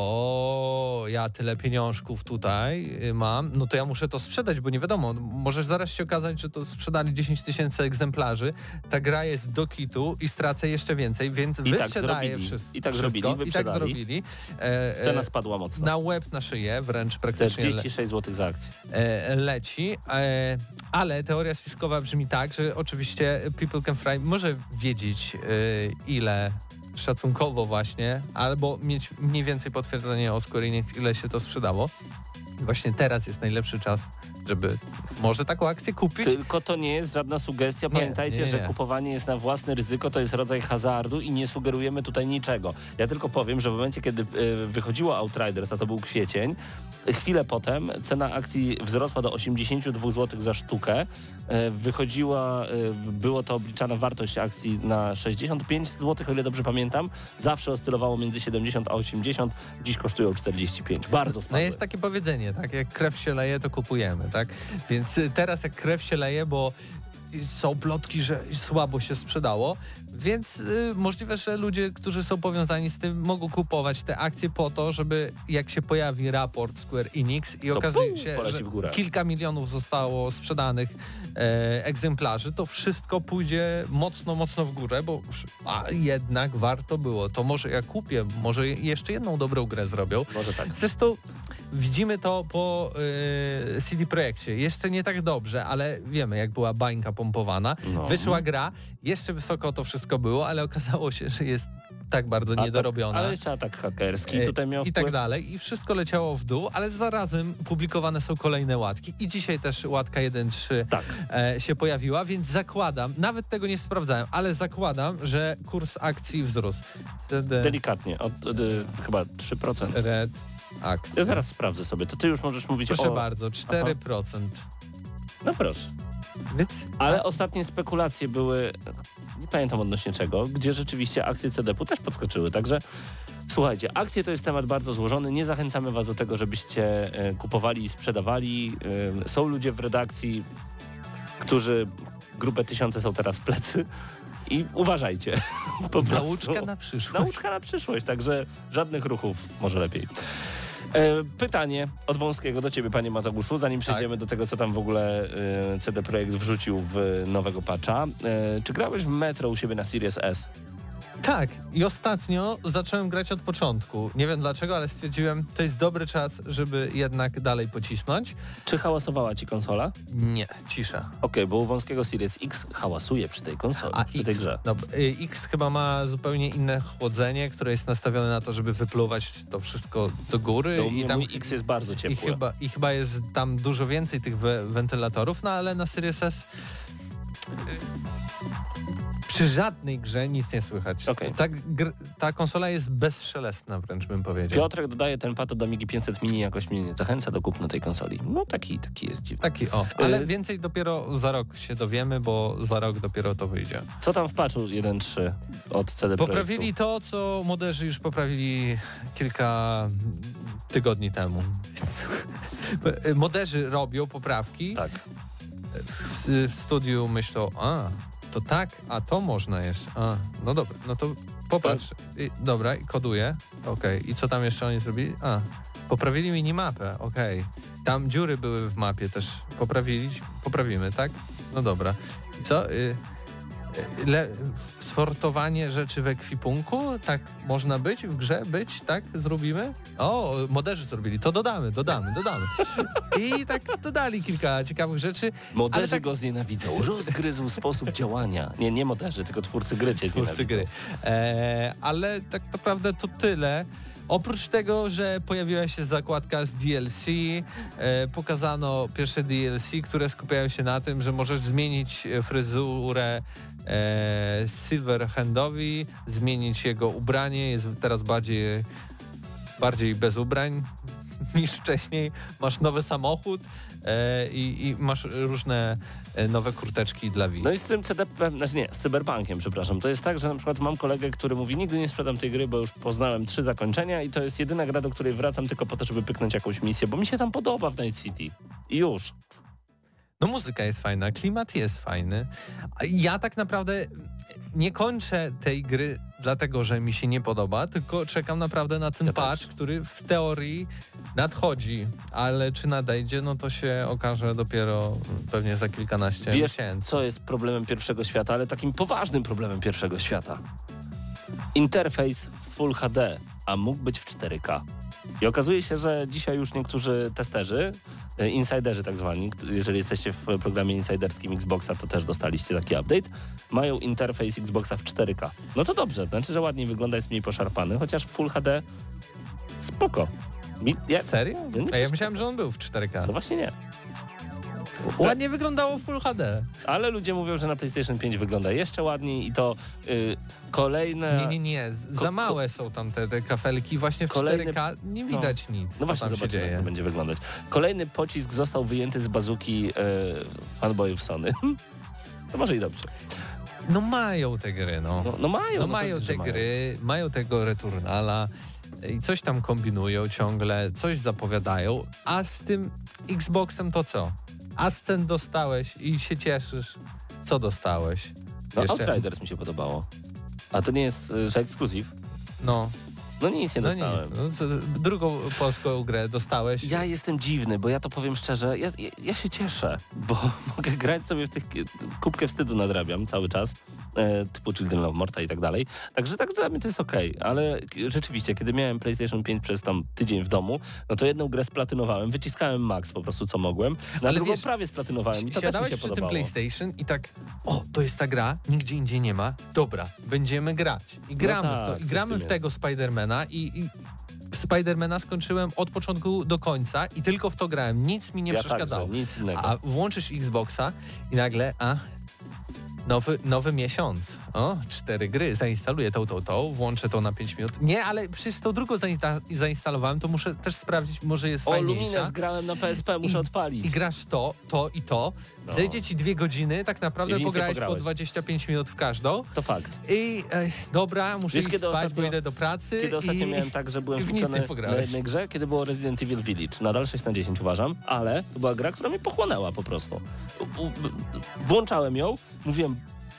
o, ja tyle pieniążków tutaj y, mam, no to ja muszę to sprzedać, bo nie wiadomo, możesz zaraz się okazać, że to sprzedali dziesięć tysięcy egzemplarzy, ta gra jest do kitu i stracę jeszcze więcej, więc
I tak
wyprzedaję
zrobili.
wszystko.
I tak
wszystko,
zrobili,
I tak
wyprzedali.
zrobili. E, e,
Cena spadła mocno.
na łeb, na szyję, wręcz praktycznie le,
czterdzieści sześć złotych za akcję.
e, leci, e, ale teoria spiskowa brzmi tak, że oczywiście People Can Fly może wiedzieć e, ile szacunkowo właśnie, albo mieć mniej więcej potwierdzenie o Square Enix, ile się to sprzedało. Właśnie teraz jest najlepszy czas, żeby może taką akcję kupić.
Tylko to nie jest żadna sugestia.
Nie,
Pamiętajcie,
nie, nie,
że
nie.
kupowanie jest na własne ryzyko, to jest rodzaj hazardu i nie sugerujemy tutaj niczego. Ja tylko powiem, że w momencie, kiedy y, wychodziło Outriders, a to był kwiecień, chwilę potem cena akcji wzrosła do osiemdziesiąt dwa złote za sztukę. Y, wychodziła, y, było to obliczana wartość akcji na sześćdziesiąt pięć złotych, o ile dobrze pamiętam. Zawsze oscylowało między siedemdziesiąt a osiemdziesiąt. Dziś kosztują czterdzieści pięć. Bardzo
No
spadły.
jest takie powiedzenie, tak? Jak krew się leje, to kupujemy, tak? Więc y, teraz jak krew się leje, bo są plotki, że słabo się sprzedało, więc y, możliwe, że ludzie, którzy są powiązani z tym, mogą kupować te akcje po to, żeby jak się pojawi raport Square Enix i
To
okazuje
pum,
się,
poleci
że
w górę.
kilka milionów zostało sprzedanych e, egzemplarzy, to wszystko pójdzie mocno, mocno w górę, bo a jednak warto było. To może ja kupię, może jeszcze jedną dobrą grę zrobią.
Może tak.
Zresztą widzimy to po y, C D Projekcie. Jeszcze nie tak dobrze, ale wiemy, jak była bańka pompowana.
No.
Wyszła gra, jeszcze wysoko to wszystko było, ale okazało się, że jest tak bardzo
Atak,
niedorobiona.
ale jeszcze atak hakerski tutaj miał
I tak
wpływ.
dalej. I wszystko leciało w dół, ale zarazem publikowane są kolejne łatki. I dzisiaj też łatka jeden trzy
Tak.
e, się pojawiła, więc zakładam, nawet tego nie sprawdzałem, ale zakładam, że kurs akcji wzrósł. Wtedy
Delikatnie, od, od, y, chyba trzy procent.
Red akcji.
Ja zaraz sprawdzę sobie, to ty już możesz mówić
Proszę
o...
bardzo, cztery procent.
No proszę.
Więc
Ale ostatnie spekulacje były, nie pamiętam odnośnie czego, gdzie rzeczywiście akcje C D P-u też podskoczyły, także słuchajcie, akcje to jest temat bardzo złożony, nie zachęcamy was do tego, żebyście e, kupowali i sprzedawali. E, są ludzie w redakcji, którzy grube tysiące są teraz w plecy i uważajcie. Po prostu.
Nauczka na przyszłość.
Nauczka na przyszłość, także żadnych ruchów, może lepiej. E, pytanie od Wąskiego do ciebie, panie Mateuszu, zanim przejdziemy tak. do tego, co tam w ogóle e, C D Projekt wrzucił w nowego patcha. E, czy grałeś w Metro u siebie na Series S?
Tak, i ostatnio zacząłem grać od początku. Nie wiem dlaczego, ale stwierdziłem, to jest dobry czas, żeby jednak dalej pocisnąć.
Czy hałasowała ci konsola?
Nie, cisza.
Okej, okay, bo u Wąskiego Series X hałasuje przy tej konsoli,
A
przy
X,
tej grze.
No, X chyba ma zupełnie inne chłodzenie, które jest nastawione na to, żeby wypluwać to wszystko do góry.
To u mnie
i tam
mój X jest bardzo ciepły.
I chyba, I chyba jest tam dużo więcej tych we, wentylatorów, no ale na Series S... Przy żadnej grze nic nie słychać.
Okay.
Ta, gr, ta konsola jest bezszelestna, wręcz bym powiedział.
Piotrek dodaje ten pato do Amigi pięćset mini, jakoś mnie nie zachęca do kupna tej konsoli. No taki, taki jest dziwny.
Taki, o. Ale y- więcej dopiero za rok się dowiemy, bo za rok dopiero to wyjdzie.
Co tam w patchu jeden kropka trzy od C D Projektu?
Poprawili to, co moderzy już poprawili kilka tygodni temu. Moderzy robią poprawki.
Tak.
W, w studiu myślą, a... To tak, a to można jeszcze. A, no dobra, no to popatrz. I, dobra, i koduję. Okej, okay. I co tam jeszcze oni zrobili? A, poprawili minimapę, okej. Okay. Tam dziury były w mapie też. Poprawili, poprawimy, tak? No dobra. I co? Y, y, le, sortowanie rzeczy w ekwipunku? Tak można być w grze? Być? Tak? Zrobimy? O, moderzy zrobili. To dodamy, dodamy, dodamy. I tak dodali kilka ciekawych rzeczy.
Moderzy
tak...
go znienawidzą. Rozgryzł sposób działania. Nie, nie moderzy, tylko twórcy gry cię
Twórcy gry. E, ale tak naprawdę to tyle. Oprócz tego, że pojawiła się zakładka z D L C, e, pokazano pierwsze D L C, które skupiają się na tym, że możesz zmienić fryzurę e, Silverhandowi, zmienić jego ubranie, jest teraz bardziej, bardziej bez ubrań niż wcześniej. Masz nowy samochód e, i, i masz różne e, nowe kurteczki dla Wii.
No i z tym C D P, znaczy nie, z Cyberpunkiem, przepraszam. To jest tak, że na przykład mam kolegę, który mówi, nigdy nie sprzedam tej gry, bo już poznałem trzy zakończenia i to jest jedyna gra, do której wracam tylko po to, żeby pyknąć jakąś misję, bo mi się tam podoba w Night City. I już.
No muzyka jest fajna, klimat jest fajny. Ja tak naprawdę nie kończę tej gry dlatego, że mi się nie podoba, tylko czekam naprawdę na ten ja patch, też. który w teorii nadchodzi, ale czy nadejdzie, no to się okaże dopiero pewnie za kilkanaście
Wiesz,
miesięcy.
co jest problemem pierwszego świata, ale takim poważnym problemem pierwszego świata? Interfejs Full H D, a mógł być w cztery K. I okazuje się, że dzisiaj już niektórzy testerzy, insiderzy tak zwani, jeżeli jesteście w programie insiderskim Xboxa, to też dostaliście taki update, mają interfejs Xboxa w cztery K. No to dobrze, to znaczy, że ładniej wygląda, jest mniej poszarpany, chociaż Full H D spoko. Mi, ja,
Serio?
Ja,
A ja myślałem, że on był w cztery K.
No właśnie nie.
Ładnie wyglądało w Full H D.
Ale ludzie mówią, że na PlayStation pięć wygląda jeszcze ładniej i to yy, kolejne...
Nie, nie, nie. Za ko- małe są tam te, te kafelki. Właśnie w
kolejny...
cztery K nie widać
no.
nic.
No właśnie, zobaczymy, jak to będzie wyglądać. Kolejny pocisk został wyjęty z bazuki yy, fanboyów Sony. To może i dobrze.
No mają te gry, no.
No, no mają.
No,
no
mają te gry, mają. mają tego Returnala i coś tam kombinują ciągle, coś zapowiadają, a z tym Xboxem to co? Ascent dostałeś i się cieszysz. Co dostałeś?
No,
Jeszcze...
Outriders mi się podobało. A to nie jest, że ekskluzyw?
No.
No nic nie
no
dostałem.
Nic. No, co, drugą polską grę dostałeś.
Ja jestem dziwny, bo ja to powiem szczerze, ja, ja, ja się cieszę, bo mogę grać sobie w tych... Kubkę wstydu nadrabiam cały czas, e, typu Children of Morta i tak dalej. Także tak dla mnie to jest okej, okay. Ale rzeczywiście, kiedy miałem PlayStation pięć przez tam tydzień w domu, no to jedną grę splatynowałem, wyciskałem max po prostu co mogłem, na
ale
drugą
wiesz,
prawie splatynowałem i to
siadałeś
też mi się
przy
podobało.
tym PlayStation i tak, o, to jest ta gra, nigdzie indziej nie ma, dobra, będziemy grać. I gramy
no tak,
w to, i gramy w tego Spidermana i, i Spidermana skończyłem od początku do końca i tylko w to grałem. Nic mi nie
ja
przeszkadzało.
Także, nic innego.
A włączysz Xboxa i nagle, a nowy, nowy miesiąc. O, cztery gry. Zainstaluję tą, tą, tą, włączę to na pięć minut. Nie, ale przecież tą drugą zainsta- zainstalowałem, to muszę też sprawdzić, może jest
o,
fajniejsza.
O, Lumines grałem na P S P, muszę
I,
odpalić.
I grasz to, to i to. No. Zejdzie ci dwie godziny, tak naprawdę pograłeś po dwadzieścia pięć minut w każdą.
To fakt.
I ej, dobra, muszę
Wiesz,
iść
kiedy
spać,
ostatnio,
bo idę do pracy.
Kiedy ostatnio
i,
miałem tak, że byłem
skupiony
na jednej grze, kiedy było Resident Evil Village. Nadal sześć na dziesięć uważam, ale to była gra, która mnie pochłonęła po prostu. U, u, włączałem ją, mówiłem,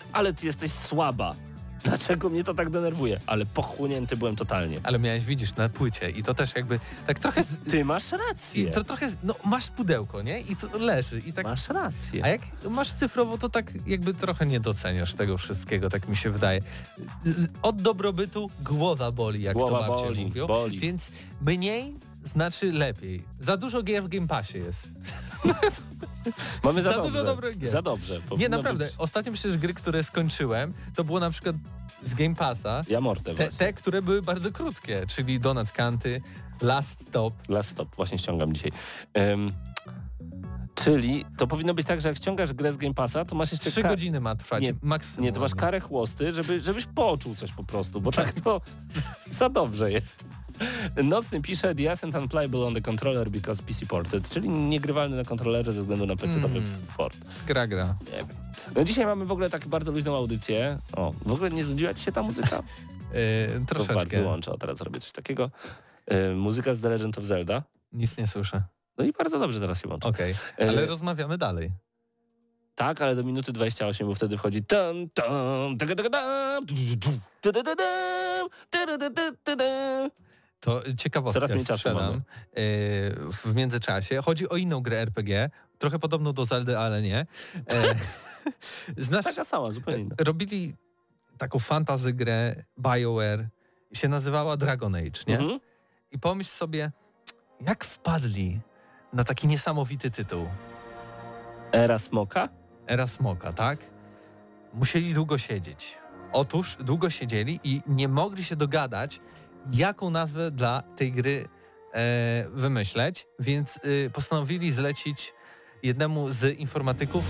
ale ty jesteś słaba. Dlaczego mnie to tak denerwuje? Ale pochłonięty byłem totalnie.
Ale miałeś, widzisz, na płycie i to też jakby tak trochę... Z...
Ty masz rację.
I to trochę, z... no masz pudełko, nie? I to leży i tak...
Masz rację.
A jak masz cyfrowo, to tak jakby trochę nie doceniasz tego wszystkiego, tak mi się wydaje. Z- Od dobrobytu głowa boli, jak
Głowa
to babcie
boli,
mówią.
boli.
Więc mniej znaczy lepiej. Za dużo gier w Game Passie jest.
Mamy za,
Za
dobrze.
dużo dobrych gier.
Za dobrze.
Nie,
Powinno
naprawdę.
być-
Ostatnio przecież gry, które skończyłem, to było na przykład z Game Passa.
Ja mortę
Te,
właśnie.
te, które były bardzo krótkie, czyli Donut County, Last Stop.
Last Stop, właśnie ściągam dzisiaj. Um, czyli to powinno być tak, że jak ściągasz grę z Game Passa, to masz jeszcze...
Trzy
ka-
godziny ma trwać.
Nie,
maksimum.
Nie, to masz karę chłosty, żeby, żebyś poczuł coś po prostu, bo tak to za dobrze jest. Nocny pisze The Ascent Unplayable on the controller because P C ported, czyli niegrywalny na kontrolerze ze względu na pecetowy
Mm.
port.
Gra, gra.
Nie wiem. No dzisiaj mamy w ogóle tak bardzo luźną audycję. O, w ogóle nie znudziła ci się ta muzyka?
Yy,
To bardzo
troszeczkę.
wyłączę, o teraz zrobię coś takiego. Yy, muzyka z The Legend of Zelda.
Nic nie słyszę.
No i bardzo dobrze teraz się łączę.
Okej,
E,
ale rozmawiamy dalej.
Tak, ale do minuty dwadzieścia osiem, bo wtedy wchodzi tam, tam, taga, taga, tam, tu, tu, tu, tu, tu, tu, tu, tu, tu, tu, tu.
To ciekawostka
Coraz mniej czasu
sprzedam
mamy.
yy, w międzyczasie. Chodzi o inną grę R P G, trochę podobną do Zeldy, ale nie. E, znasz,
Taka sama, zupełnie inna.
robili taką fantasy grę BioWare i się nazywała Dragon Age, nie?
Mhm.
I pomyśl sobie, jak wpadli na taki niesamowity tytuł.
Era Smoka?
Era Smoka, tak? Musieli długo siedzieć. Otóż długo siedzieli i nie mogli się dogadać, jaką nazwę dla tej gry e, wymyśleć, więc e, postanowili zlecić jednemu z informatyków.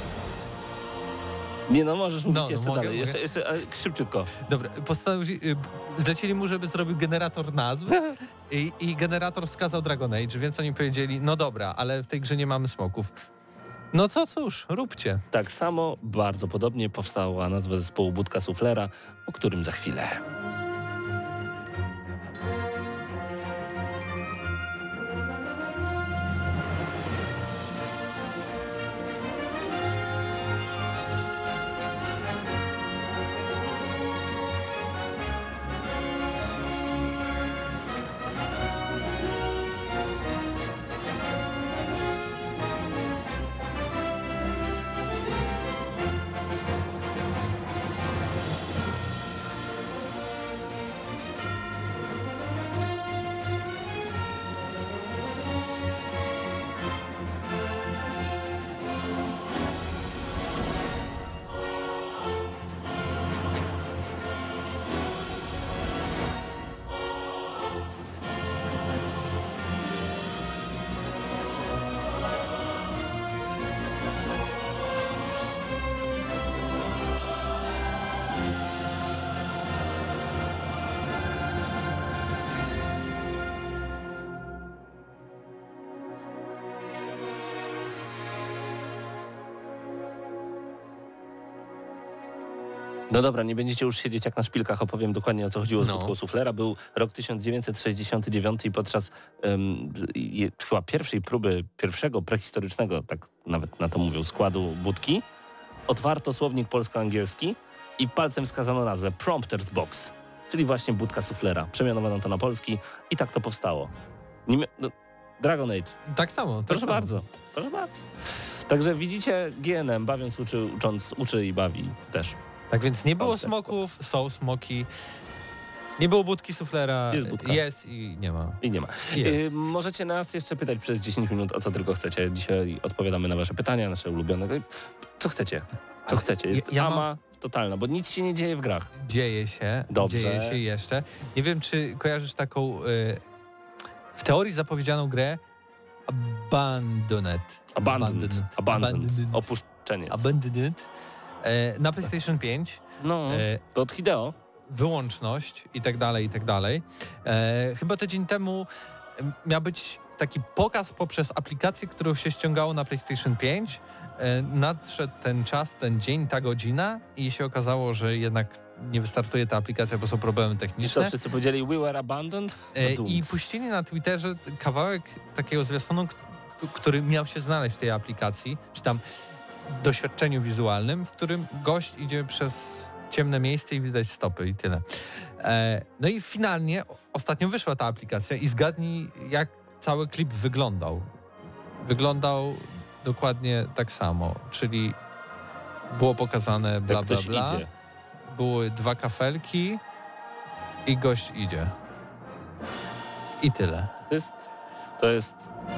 Nie no, możesz mówić
No,
jeszcze
mogę,
dalej.
mogę.
Jeszcze, jeszcze, ale szybciutko.
Dobra, postanowili, e, zlecili mu, żeby zrobił generator nazw i, i generator wskazał Dragon Age, więc oni powiedzieli, no dobra, ale w tej grze nie mamy smoków. No co cóż, róbcie.
Tak samo, bardzo podobnie powstała nazwa zespołu Budka Suflera, o którym za chwilę. No dobra, nie będziecie już siedzieć jak na szpilkach, opowiem dokładnie o co chodziło z
No.
Budką Suflera. Był rok tysiąc dziewięćset sześćdziesiąty dziewiąty i podczas um, je, chyba pierwszej próby, pierwszego prehistorycznego, tak nawet na to mówią, składu budki, otwarto słownik polsko-angielski i palcem wskazano nazwę Prompter's Box, czyli właśnie Budka Suflera. Przemianowano to na polski i tak to powstało. Nie, mia- no, Dragon Age.
Tak samo. Tak
Proszę
samo.
bardzo, proszę bardzo. Także widzicie, G N M bawiąc uczy, ucząc uczy i bawi też.
Tak więc nie było
Koncept.
smoków, są smoki. Nie było budki suflera.
Jest budka.
Jest i nie ma.
I nie ma.
Jest.
Y, możecie nas jeszcze pytać przez dziesięć minut o co tylko chcecie. Dzisiaj odpowiadamy na wasze pytania, nasze ulubione. Co chcecie? Co chcecie? Jest
ja- ja
ama
mam-
totalna, bo nic się nie dzieje w grach.
Dzieje się.
Dobrze.
Dzieje się jeszcze. Nie wiem, czy kojarzysz taką y, w teorii zapowiedzianą grę Abandoned.
Abandoned. Abandoned.
Abandoned.
Opuszczenie.
Abandoned. E, na PlayStation pięć.
No,
E,
to od Hideo.
wyłączność i tak dalej, i tak dalej. E, chyba tydzień temu em, miał być taki pokaz poprzez aplikację, którą się ściągało na PlayStation pięć. E, nadszedł ten czas, ten dzień, ta godzina i się okazało, że jednak nie wystartuje ta aplikacja, bo są problemy
I co,
techniczne.
wszyscy powiedzieli we were abandoned?
E,
No
I
dum.
puścili na Twitterze kawałek takiego zwiastunu, k- który miał się znaleźć w tej aplikacji, czy tam doświadczeniu wizualnym, w którym gość idzie przez ciemne miejsce i widać stopy i tyle. E, no i finalnie ostatnio wyszła ta aplikacja i zgadnij, jak cały klip wyglądał. Wyglądał dokładnie tak samo, czyli było pokazane bla
Jak
bla
ktoś
bla,
idzie.
były dwa kafelki i gość idzie. I tyle.
To jest, to jest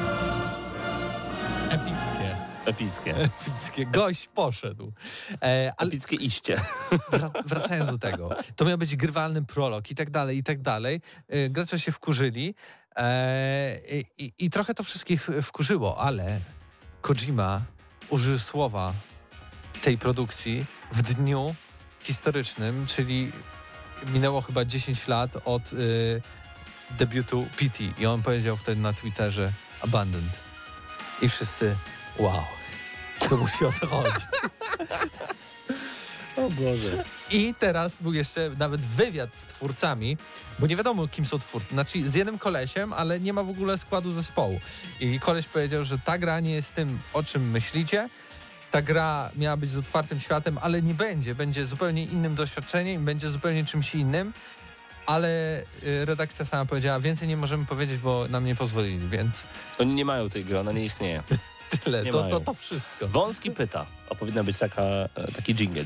Epickie.
epickie.
Epickie. Gość poszedł. E, ale
Epickie iście.
wra- wracając do tego, to miał być grywalny prolog i tak dalej, i tak dalej. E, gracze się wkurzyli e, i, i trochę to wszystkich wkurzyło, ale Kojima użył słowa tej produkcji w dniu historycznym, czyli minęło chyba dziesięć lat od y, debiutu P T i on powiedział wtedy na Twitterze Abandoned. I wszyscy wow, to musi o to chodzić.
O Boże.
I teraz był jeszcze nawet wywiad z twórcami, bo nie wiadomo, kim są twórcy. Znaczy z jednym kolesiem, ale nie ma w ogóle składu zespołu. I koleś powiedział, że ta gra nie jest tym, o czym myślicie. Ta gra miała być z otwartym światem, ale nie będzie. Będzie zupełnie innym doświadczeniem, będzie zupełnie czymś innym. Ale y, redakcja sama powiedziała, więcej nie możemy powiedzieć, bo nam nie pozwolili, więc
Oni nie mają tej gry, ona nie istnieje.
tyle.
Nie
To,
mają.
to, to wszystko.
Wąski pyta. O, powinna być taka, e, taki dżingiel.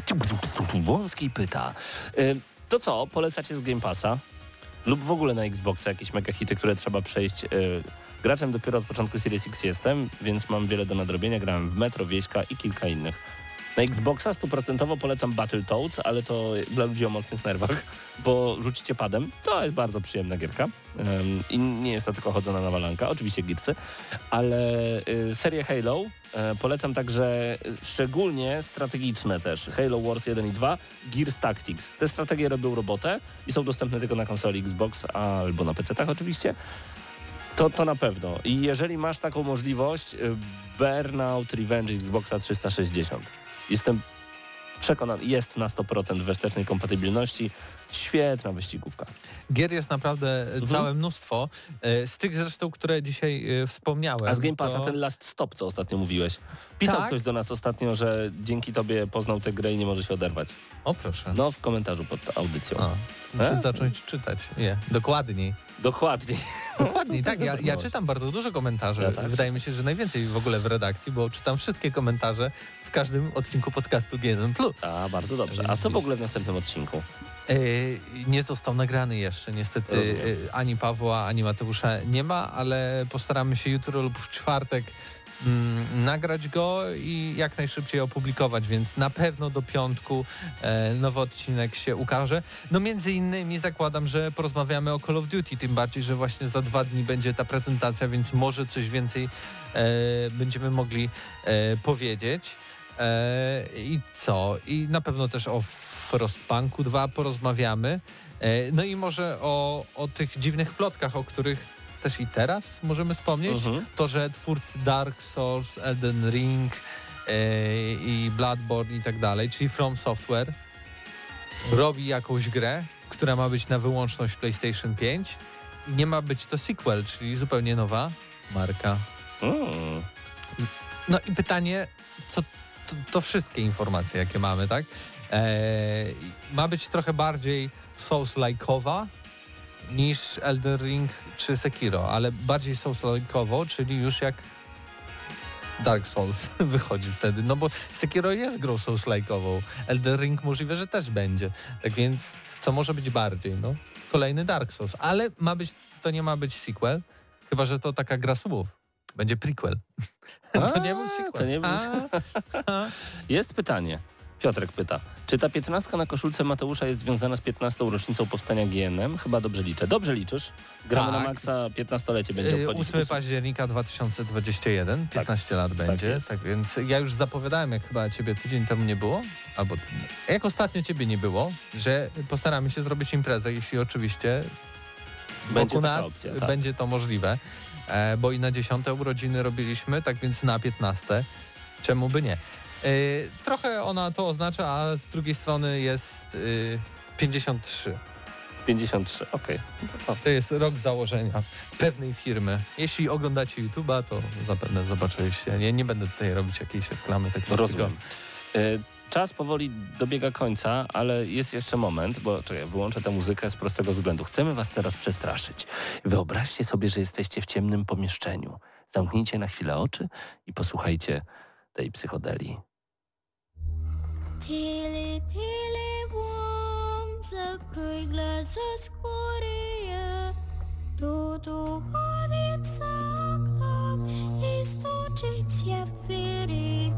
Wąski pyta. E, To co, polecacie z Game Passa? Lub w ogóle na Xboxa jakieś mega hity, które trzeba przejść? E, Graczem dopiero od początku Series X jestem, więc mam wiele do nadrobienia. Grałem w Metro, Wieśka i kilka innych. Na Xboxa stuprocentowo polecam Battletoads, ale to dla ludzi o mocnych nerwach, bo rzucicie padem. To jest bardzo przyjemna gierka. Um, I nie jest to tylko chodzona nawalanka, oczywiście girsy, ale y, serię Halo y, polecam także y, szczególnie strategiczne też. Halo Wars jeden i dwa, Gears Tactics. Te strategie robią robotę i są dostępne tylko na konsoli Xbox albo na pecetach oczywiście. To, to na pewno. I jeżeli masz taką możliwość, y, Burnout Revenge Xboxa trzysta sześćdziesiąt. Jestem przekonany, jest na sto procent we wstecznej kompatybilności. Świetna wyścigówka.
Gier jest naprawdę
Mhm.
całe mnóstwo. E, Z tych zresztą, które dzisiaj e, wspomniałem.
A z Game Passa
to...
ten Last Stop, co ostatnio mówiłeś. Pisał
Tak.
ktoś do nas ostatnio, że dzięki tobie poznał tę grę i nie może się oderwać.
O proszę.
No, w komentarzu pod audycją.
O, muszę
E?
zacząć czytać. Nie, dokładniej.
Dokładnie.
Dokładniej, tak. Ja, ja
wybrnąłeś.
czytam bardzo dużo komentarzy.
Ja tak.
Wydaje mi się, że najwięcej w ogóle w redakcji, bo czytam wszystkie komentarze w każdym odcinku podcastu G jeden plus.
A, bardzo dobrze.
Więc
A co w ogóle w następnym odcinku?
E, nie został nagrany jeszcze, niestety
Rozumiem.
e, ani Pawła, ani Mateusza nie ma, ale postaramy się jutro lub w czwartek mm, nagrać go i jak najszybciej opublikować, więc na pewno do piątku e, nowy odcinek się ukaże. No między innymi zakładam, że porozmawiamy o Call of Duty, tym bardziej, że właśnie za dwa dni będzie ta prezentacja, więc może coś więcej e, będziemy mogli e, powiedzieć. E, I co? I na pewno też o Frostpunku dwa porozmawiamy. E, no i może o, o tych dziwnych plotkach, o których też i teraz możemy wspomnieć.
Mhm.
To, że twórcy Dark Souls, Elden Ring e, i Bloodborne i tak dalej, czyli From Software, robi jakąś grę, która ma być na wyłączność PlayStation pięć i nie ma być to sequel, czyli zupełnie nowa marka.
Mm.
No i pytanie, co to, to wszystkie informacje, jakie mamy, tak? Eee, ma być trochę bardziej Souls-like'owa niż Elden Ring czy Sekiro, ale bardziej Souls-like'owo, czyli już jak Dark Souls wychodzi wtedy, no bo Sekiro jest grą Souls-like'ową, Elden Ring możliwe, że też będzie, tak więc co może być bardziej, no? Kolejny Dark Souls, ale ma być, to nie ma być sequel, chyba że to taka gra słów, będzie prequel. To nie był sequel.
To nie był...
A,
Jest pytanie. Piotrek pyta, czy ta piętnastka na koszulce Mateusza jest związana z piętnastą rocznicą powstania G N M? Chyba dobrze liczę. Dobrze liczysz? Gramy
Tak.
na maksa piętnastolecie będzie
Yy,
obchodzić.
ósmego października dwa tysiące dwudziestego pierwszego, piętnaście lat będzie,
jest.
tak więc ja już zapowiadałem, jak chyba ciebie tydzień temu nie było, albo jak ostatnio ciebie nie było, że postaramy się zrobić imprezę, jeśli oczywiście
Będzie
wokół
taka
nas
opcja, tak.
będzie to możliwe, e, bo i na dziesiąte urodziny robiliśmy, tak więc na piętnaste, czemu by nie. E, trochę ona to oznacza, a z drugiej strony jest e, pięćdziesiąt trzy.
pięćdziesiąt trzy, okej. Okay.
To jest rok założenia pewnej firmy. Jeśli oglądacie YouTube'a, to zapewne zobaczyliście. Nie, nie będę tutaj robić jakiejś reklamy takiego.
Rozumiem. Czas powoli dobiega końca, ale jest jeszcze moment, bo czekaj, wyłączę tę muzykę z prostego względu. Chcemy was teraz przestraszyć. Wyobraźcie sobie, że jesteście w ciemnym pomieszczeniu. Zamknijcie na chwilę oczy i posłuchajcie tej psychodelii.
Tili, tili, bum, zakrój глаза скорее. Тут уходит за окном и стучится в двери.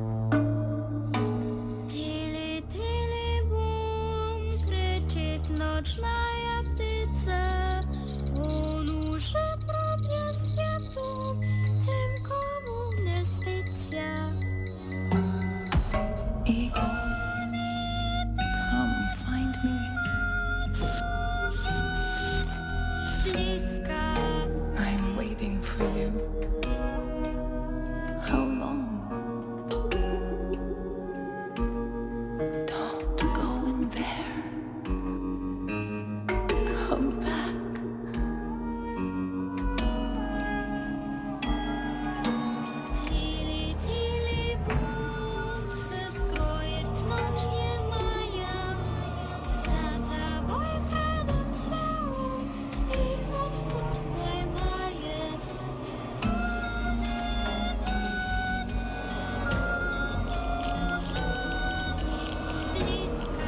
Tili, tili, bum, кричит ночная птица. Он уже пробьет свету, тем, кому не спится.
I'm waiting for you. How long? Don't go in there. Come back.
Tili, tili, bum, se skrojet noc niemая. За тобой крадет целую и вот-вот поймает. Близко.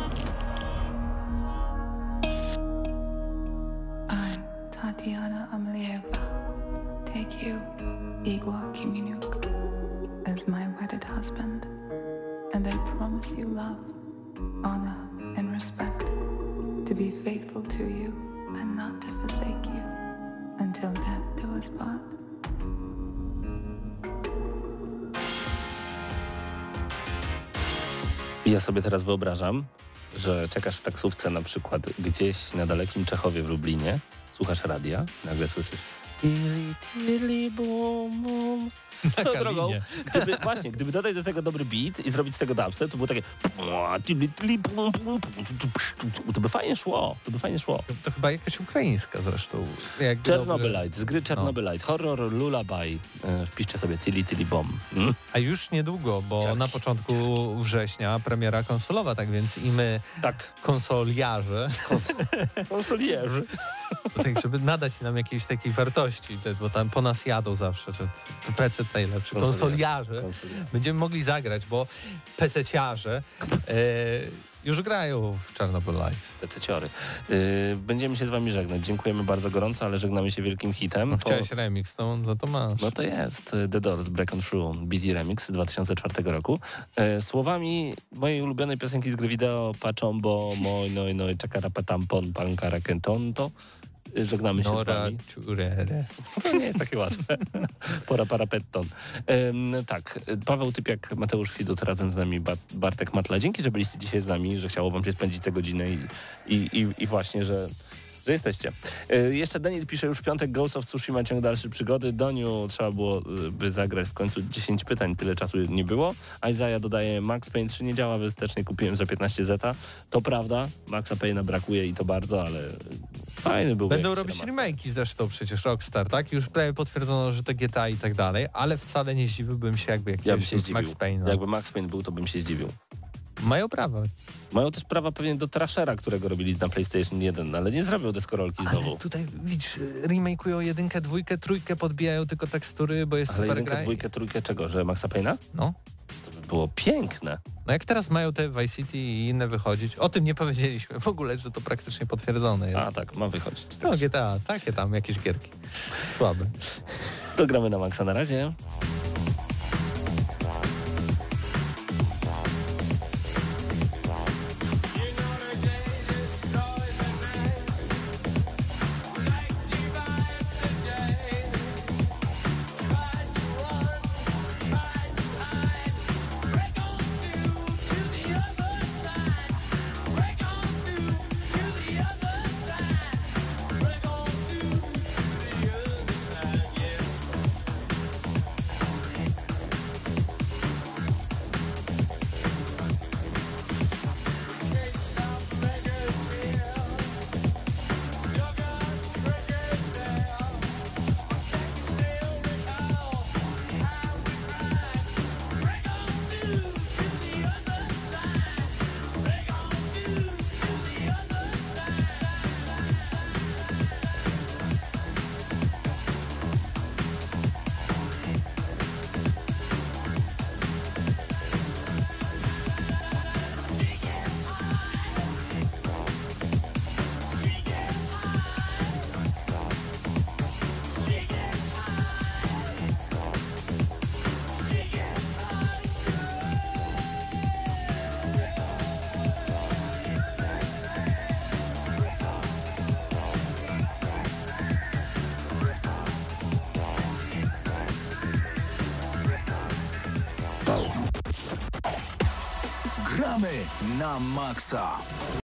I'm Tatiana Amlieva. Take you, Igor Kiminuk, as my wedded husband, and I promise you love, honor, and respect, to be faithful to you and not to forsake you, until death do us part.
I ja sobie teraz wyobrażam, że czekasz w taksówce na przykład gdzieś na dalekim Czechowie w Lublinie, słuchasz radia, nagle słyszysz tili, tili, bum, bum. Co drogą, gdyby, właśnie, gdyby dodać do tego dobry beat i zrobić z tego dubstep, to było takie tili, tili, bum, bum, to by fajnie szło, to by fajnie szło.
To chyba jakaś ukraińska zresztą. Jak
Czernobylite,
dobry...
z gry Czernobylite, no. Horror Lullaby, e, wpiszcie sobie tili, tili, bom. Mm.
A już niedługo, bo
Tak.
na początku września premiera konsolowa, tak więc i my,
Tak,
konsoliarze,
konsolierzy.
bo tak, żeby nadać nam jakiejś takiej wartości, te- bo tam po nas jadą zawsze, że t- P C najlepszy, konsoliarze,
Konsoliarze.
będziemy mogli zagrać, bo pececiarze e, już grają w Czernobylite.
Pececiory. Yy, będziemy się z wami żegnać. Dziękujemy bardzo gorąco, ale żegnamy się wielkim hitem.
No,
Po-
chciałeś remix, no, no to masz.
No to jest y, The Doors, Break on Through, B T Remix z dwa tysiące czwartego roku. E, słowami mojej ulubionej piosenki z gry wideo Pachombo, Moj, Noj, Noj, Czakarapatam, Pankara Kentonto. Y, Żegnamy się z
Nora
wami.
Ciurere.
To nie jest takie łatwe. Pora parapetton. Ym, tak, Paweł Typiak, Mateusz Widut, razem z nami Ba- Bartek Matla. Dzięki, że byliście dzisiaj z nami, że chciało wam się spędzić tę godzinę i, i, i, i właśnie, że, że jesteście. Yy, jeszcze Daniel pisze już w piątek Ghost of Tsushima ciąg dalszy przygody. Doniu trzeba było y, by zagrać w końcu dziesięć pytań, tyle czasu nie było. Isaiah dodaje Max Payne trzy nie działa, wy wstecznie kupiłem za piętnaście zeta. To prawda, Maxa Payne'a brakuje i to bardzo, ale fajny był.
Będą
jakiś
robić
remaster.
remake'i zresztą przecież Rockstar, tak? Już prawie potwierdzono, że to G T A i tak dalej, ale wcale nie zdziwiłbym się, jakby
Ja bym
jakiś
się zdziwił.
Max Payne.
Jakby Max Payne był, to bym się zdziwił.
Mają prawo.
Mają też prawa pewnie do Trashera, którego robili na PlayStation jeden, ale nie zrobią deskorolki znowu.
Ale tutaj widzisz, remake'ują jedynkę, dwójkę, trójkę, podbijają tylko tekstury, bo jest
Ale
super
jedynkę,
gra. i-
dwójkę, trójkę czego? Że Maxa Payne'a?
No.
To by było piękne.
no jak teraz mają te Vice City i inne wychodzić, o tym nie powiedzieliśmy w ogóle, że to praktycznie potwierdzone jest.
A tak, ma wychodzić.
No G T A, takie tam jakieś gierki. Słabe.
To gramy na Maxa na razie.
gramy na maksa.